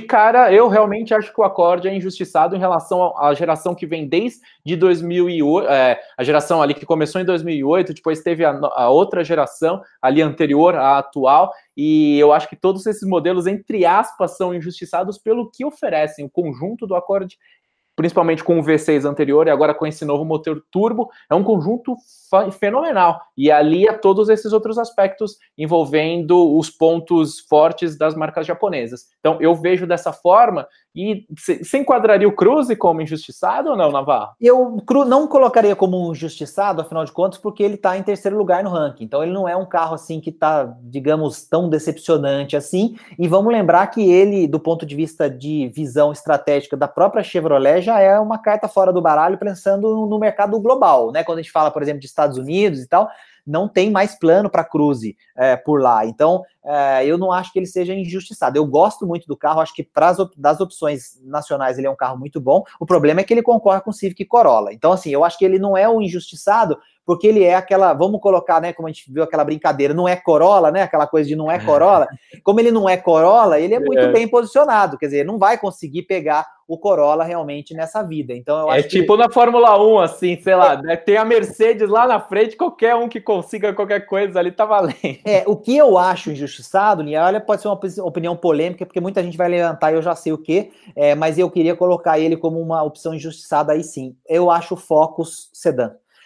eu realmente acho que o Accord é injustiçado em relação à geração que vem desde 2008, a geração ali que começou em 2008, depois teve a outra geração ali anterior à atual, e eu acho que todos esses modelos, entre aspas, são injustiçados pelo que oferecem, o conjunto do Accord, principalmente com o V6 anterior e agora com esse novo motor turbo, é um conjunto fenomenal e alia todos esses outros aspectos envolvendo os pontos fortes das marcas japonesas. Então, eu vejo dessa forma. E você enquadraria o Cruze como injustiçado ou não, Navarro? Eu não colocaria como um injustiçado, afinal de contas, porque ele está em terceiro lugar no ranking. Então, ele não é um carro assim que está, digamos, tão decepcionante assim. E vamos lembrar que ele, do ponto de vista de visão estratégica da própria Chevrolet, já é uma carta fora do baralho pensando no mercado global, né? Quando a gente fala, por exemplo, de Estados Unidos e tal, não tem mais plano para Cruze por lá. Então, eu não acho que ele seja injustiçado. Eu gosto muito do carro, acho que das opções nacionais ele é um carro muito bom. O problema é que ele concorre com o Civic e Corolla. Então, assim, eu acho que ele não é um injustiçado, porque ele é aquela, vamos colocar, né, como a gente viu aquela brincadeira, não é Corolla, né, aquela coisa de não é Corolla. Como ele não é Corolla, ele é muito bem posicionado, quer dizer, não vai conseguir pegar o Corolla realmente nessa vida. Então, eu acho tipo na Fórmula 1, assim, sei lá, né, tem a Mercedes lá na frente, qualquer um que consiga qualquer coisa ali tá valendo. O que eu acho injustiçado, Linha, olha, pode ser uma opinião polêmica, porque muita gente vai levantar e eu já sei o quê, mas eu queria colocar ele como uma opção injustiçada aí sim. Eu acho o Focus sedã.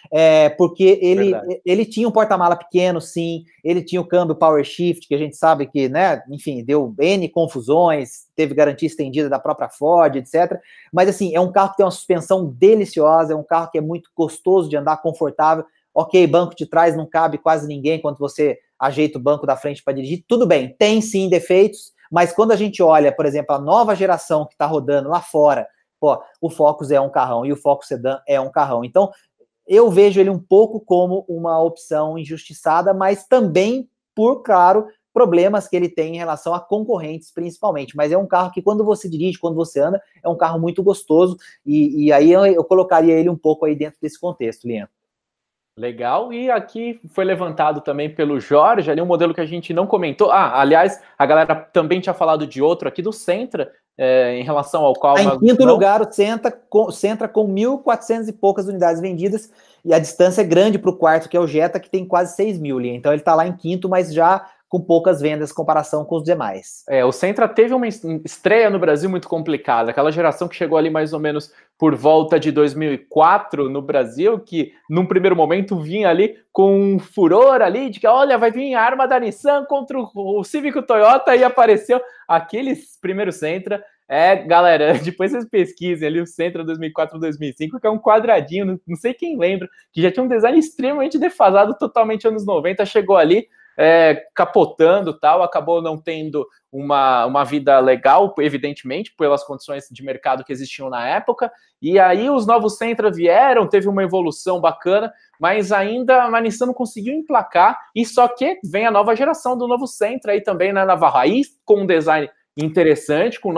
porque ele tinha um porta-mala pequeno, sim, ele tinha o câmbio Power Shift, que a gente sabe que, né, enfim, deu N confusões, teve garantia estendida da própria Ford, etc. Mas, assim, é um carro que tem uma suspensão deliciosa, é um carro que é muito gostoso de andar, confortável. Ok, banco de trás não cabe quase ninguém quando você ajeita o banco da frente para dirigir. Tudo bem, tem sim defeitos, mas quando a gente olha, por exemplo, a nova geração que está rodando lá fora, pô, o Focus é um carrão e o Focus Sedan é um carrão. Então, eu vejo ele um pouco como uma opção injustiçada, mas também por, claro, problemas que ele tem em relação a concorrentes, principalmente. Mas é um carro que, quando você dirige, quando você anda, é um carro muito gostoso, e aí eu colocaria ele um pouco aí dentro desse contexto, Lian. Legal, e aqui foi levantado também pelo Jorge, ali um modelo que a gente não comentou. Aliás, a galera também tinha falado de outro aqui do Sentra, em relação ao qual... Em quinto lugar, o Sentra com 1.400 e poucas unidades vendidas, e a distância é grande para o quarto, que é o Jetta, que tem quase 6 mil, então ele está lá em quinto, mas já com poucas vendas em comparação com os demais. O Sentra teve uma estreia no Brasil muito complicada, aquela geração que chegou ali mais ou menos por volta de 2004 no Brasil, que num primeiro momento vinha ali com um furor ali, de que olha, vai vir a arma da Nissan contra o Civic Toyota, e apareceu aqueles primeiros Sentra. Galera, depois vocês pesquisem ali o Sentra 2004-2005, que é um quadradinho, não sei quem lembra, que já tinha um design extremamente defasado, totalmente anos 90, chegou ali, capotando tal, acabou não tendo uma vida legal, evidentemente, pelas condições de mercado que existiam na época, e aí os novos Sentra vieram, teve uma evolução bacana, mas ainda a Nissan não conseguiu emplacar, e só que vem a nova geração do novo Sentra aí também na Navarra, aí com um design interessante, com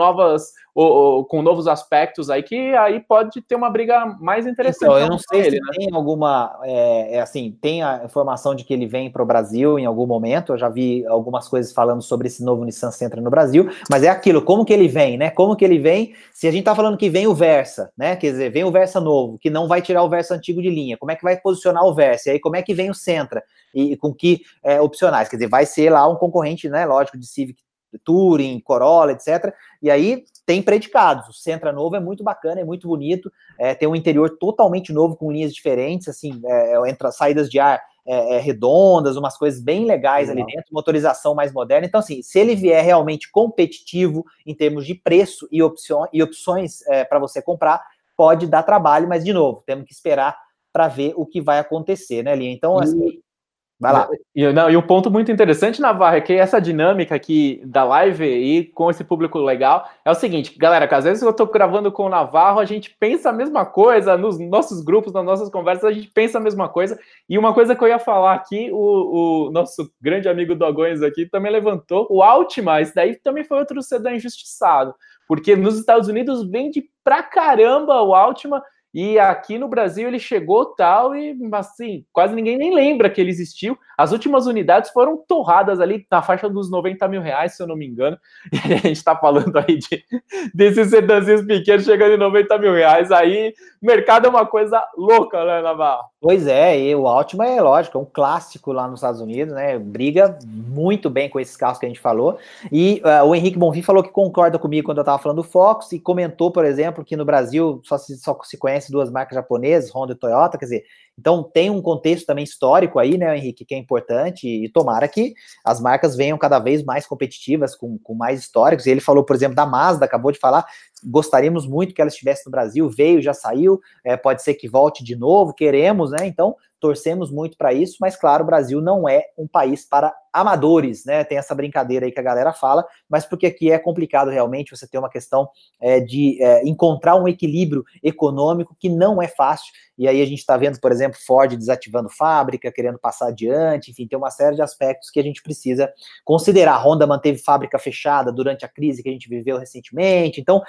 novos aspectos aí, que aí pode ter uma briga mais interessante. Então, eu não sei se tem alguma, assim, tem a informação de que ele vem para o Brasil em algum momento, eu já vi algumas coisas falando sobre esse novo Nissan Sentra no Brasil, mas é aquilo, como que ele vem, né? Como que ele vem, se a gente tá falando que vem o Versa, né? Quer dizer, vem o Versa novo, que não vai tirar o Versa antigo de linha, como é que vai posicionar o Versa? E aí, como é que vem o Sentra? E com que opcionais? Quer dizer, vai ser lá um concorrente, né? Lógico, de Civic Touring, Corolla, etc. E aí tem predicados. O Sentra novo é muito bacana, é muito bonito, tem um interior totalmente novo, com linhas diferentes, assim, entra saídas de ar redondas, umas coisas bem legais ali dentro, motorização mais moderna. Então, assim, se ele vier realmente competitivo em termos de preço e opções para você comprar, pode dar trabalho, mas, de novo, temos que esperar para ver o que vai acontecer, né, Linha? Então, assim... Vai lá. E um ponto muito interessante, Navarra, é que essa dinâmica aqui da live e com esse público legal é o seguinte, galera, que às vezes eu tô gravando com o Navarro, a gente pensa a mesma coisa, nos nossos grupos, nas nossas conversas, a gente pensa a mesma coisa, e uma coisa que eu ia falar aqui, o nosso grande amigo Dogões aqui também levantou, o Altima, esse daí também foi outro sedã injustiçado, porque nos Estados Unidos vende pra caramba o Altima, e aqui no Brasil ele chegou tal e, assim, quase ninguém nem lembra que ele existiu. As últimas unidades foram torradas ali na faixa dos 90 mil reais, se eu não me engano. E a gente tá falando aí desses sedãzinhos pequenos chegando em 90 mil reais. Aí, mercado é uma coisa louca, né, Navarro? Pois é, e o Altima é lógico, é um clássico lá nos Estados Unidos, né? Briga muito bem com esses carros que a gente falou. E o Henrique Bonfim falou que concorda comigo quando eu estava falando do Focus e comentou, por exemplo, que no Brasil só se conhece duas marcas japonesas, Honda e Toyota, quer dizer, então tem um contexto também histórico aí, né, Henrique, que é importante, e tomara que as marcas venham cada vez mais competitivas, com mais históricos. E ele falou, por exemplo, da Mazda, acabou de falar, gostaríamos muito que ela estivesse no Brasil, veio, já saiu, pode ser que volte de novo, queremos, né, então torcemos muito para isso, mas claro, o Brasil não é um país para amadores, né, tem essa brincadeira aí que a galera fala, mas porque aqui é complicado realmente você ter uma questão de encontrar um equilíbrio econômico que não é fácil, e aí a gente está vendo, por exemplo, Ford desativando fábrica, querendo passar adiante, enfim, tem uma série de aspectos que a gente precisa considerar. A Honda manteve fábrica fechada durante a crise que a gente viveu recentemente, então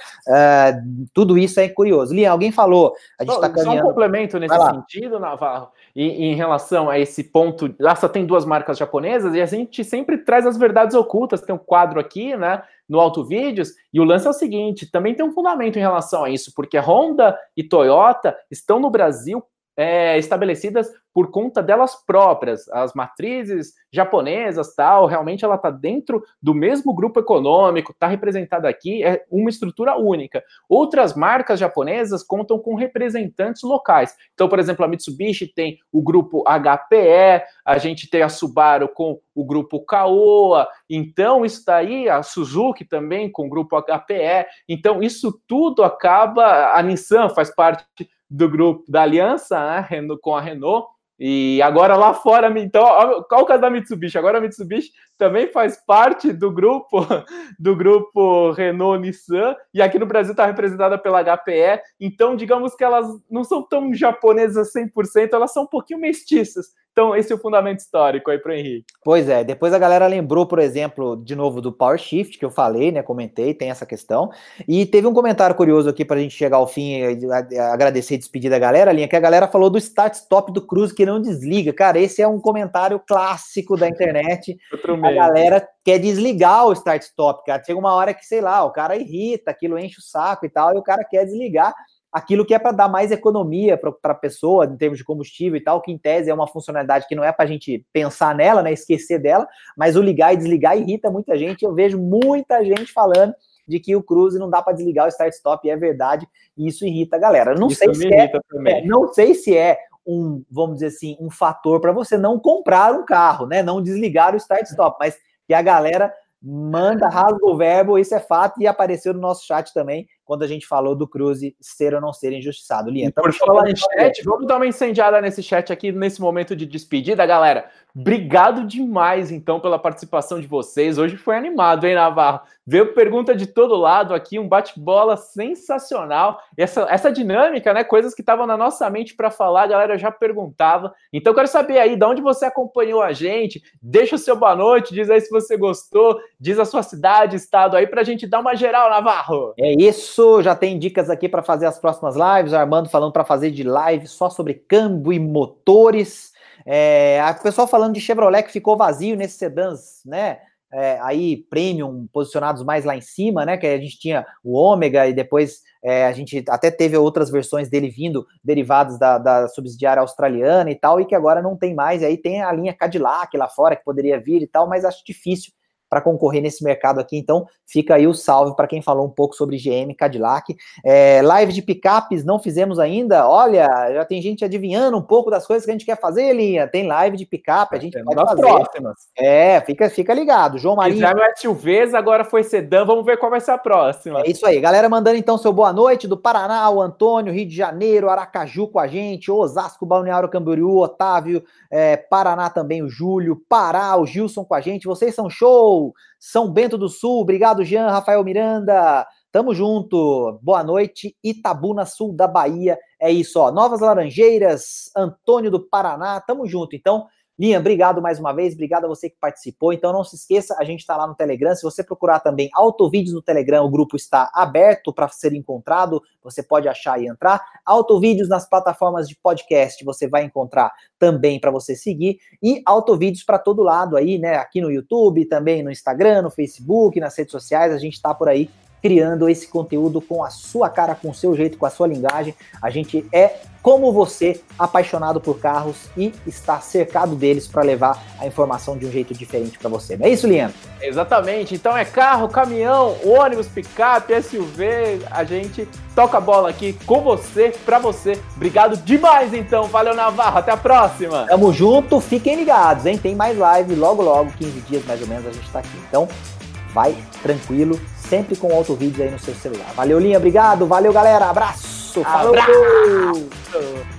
tudo isso é curioso. Lian, alguém falou, a gente está caminhando... Só um complemento nesse sentido, Navarro, e em relação a esse ponto, lá só tem duas marcas japonesas, e a gente sempre traz as verdades ocultas, tem um quadro aqui, né, no Auto Vídeos, e o lance é o seguinte, também tem um fundamento em relação a isso, porque Honda e Toyota estão no Brasil estabelecidas por conta delas próprias, as matrizes japonesas, tal, realmente ela está dentro do mesmo grupo econômico, está representada aqui, é uma estrutura única. Outras marcas japonesas contam com representantes locais. Então, por exemplo, a Mitsubishi tem o grupo HPE, a gente tem a Subaru com o grupo Caoa, então isso daí, a Suzuki também com o grupo HPE, então isso tudo acaba, a Nissan faz parte do grupo da aliança, né, com a Renault, e agora lá fora, então, qual o caso da Mitsubishi? Agora a Mitsubishi também faz parte do grupo Renault-Nissan, e aqui no Brasil está representada pela HPE, então digamos que elas não são tão japonesas 100%, elas são um pouquinho mestiças. Então, esse é o fundamento histórico aí para o Henrique. Pois é, depois a galera lembrou, por exemplo, de novo do Power Shift, que eu falei, né, comentei, tem essa questão, e teve um comentário curioso aqui para a gente chegar ao fim e agradecer e despedir da galera, Linha, que a galera falou do start-stop do Cruze que não desliga. Cara, esse é um comentário clássico da internet. A galera quer desligar o start-stop, cara. Chega uma hora que, sei lá, o cara irrita, aquilo enche o saco e tal, e o cara quer desligar aquilo que é para dar mais economia para a pessoa, em termos de combustível e tal, que em tese é uma funcionalidade que não é para a gente pensar nela, né, esquecer dela, mas o ligar e desligar irrita muita gente. Eu vejo muita gente falando de que o Cruze não dá para desligar o start-stop, e é verdade, e isso irrita a galera. Não sei se é vamos dizer assim, um fator para você não comprar um carro, né, não desligar o start-stop, mas que a galera manda, rasga o verbo, isso é fato, e apareceu no nosso chat também, quando a gente falou do Cruze ser ou não ser injustiçado. Linha, por falar em chat, vamos dar uma incendiada nesse chat aqui, nesse momento de despedida, galera. Obrigado demais, então, pela participação de vocês. Hoje foi animado, hein, Navarro? Veio pergunta de todo lado aqui, um bate-bola sensacional. Essa dinâmica, né? Coisas que estavam na nossa mente para falar, a galera já perguntava. Então, quero saber aí, de onde você acompanhou a gente. Deixa o seu boa noite, diz aí se você gostou, diz a sua cidade, estado aí, pra gente dar uma geral, Navarro. É isso, já tem dicas aqui para fazer as próximas lives. O Armando falando para fazer de live só sobre câmbio e motores. O pessoal falando de Chevrolet que ficou vazio nesses sedãs, né? Aí premium posicionados mais lá em cima, né? Que a gente tinha o Ômega e depois a gente até teve outras versões dele vindo derivados da subsidiária australiana e tal, e que agora não tem mais. E aí tem a linha Cadillac lá fora que poderia vir e tal, mas acho difícil para concorrer nesse mercado aqui. Então fica aí o salve para quem falou um pouco sobre GM, Cadillac. Live de picapes não fizemos ainda. Olha, já tem gente adivinhando um pouco das coisas que a gente quer fazer, Linha. Tem live de picape, a gente pode fazer. Próximas. Fica ligado. João Marinho. Já não é SUVs, agora foi sedã, vamos ver qual vai ser a próxima. É isso aí, galera, mandando então seu boa noite do Paraná, o Antônio, Rio de Janeiro, Aracaju com a gente, Osasco, Balneário Camboriú, Otávio, Paraná também o Júlio, Pará, o Gilson com a gente. Vocês são show! São Bento do Sul, obrigado Jean, Rafael Miranda, tamo junto, boa noite, Itabuna, sul da Bahia, é isso, ó, Novas Laranjeiras, Antônio do Paraná, tamo junto. Então, Linha, obrigado mais uma vez, obrigado a você que participou. Então não se esqueça, a gente está lá no Telegram. Se você procurar também Autovídeos no Telegram, o grupo está aberto para ser encontrado, você pode achar e entrar. Autovídeos nas plataformas de podcast, você vai encontrar também para você seguir. E Autovídeos para todo lado aí, né? Aqui no YouTube, também no Instagram, no Facebook, nas redes sociais, a gente está por aí criando esse conteúdo com a sua cara, com o seu jeito, com a sua linguagem. A gente é, como você, apaixonado por carros e está cercado deles para levar a informação de um jeito diferente para você. Não é isso, Liano? Exatamente. Então é carro, caminhão, ônibus, picape, SUV. A gente toca a bola aqui com você, para você. Obrigado demais, então. Valeu, Navarro. Até a próxima. Tamo junto. Fiquem ligados, hein? Tem mais live logo, 15 dias mais ou menos, a gente tá aqui. Então, vai tranquilo, sempre com Autovídeos aí no seu celular. Valeu, Linha, obrigado. Valeu, galera. Abraço. Falou. Abraço.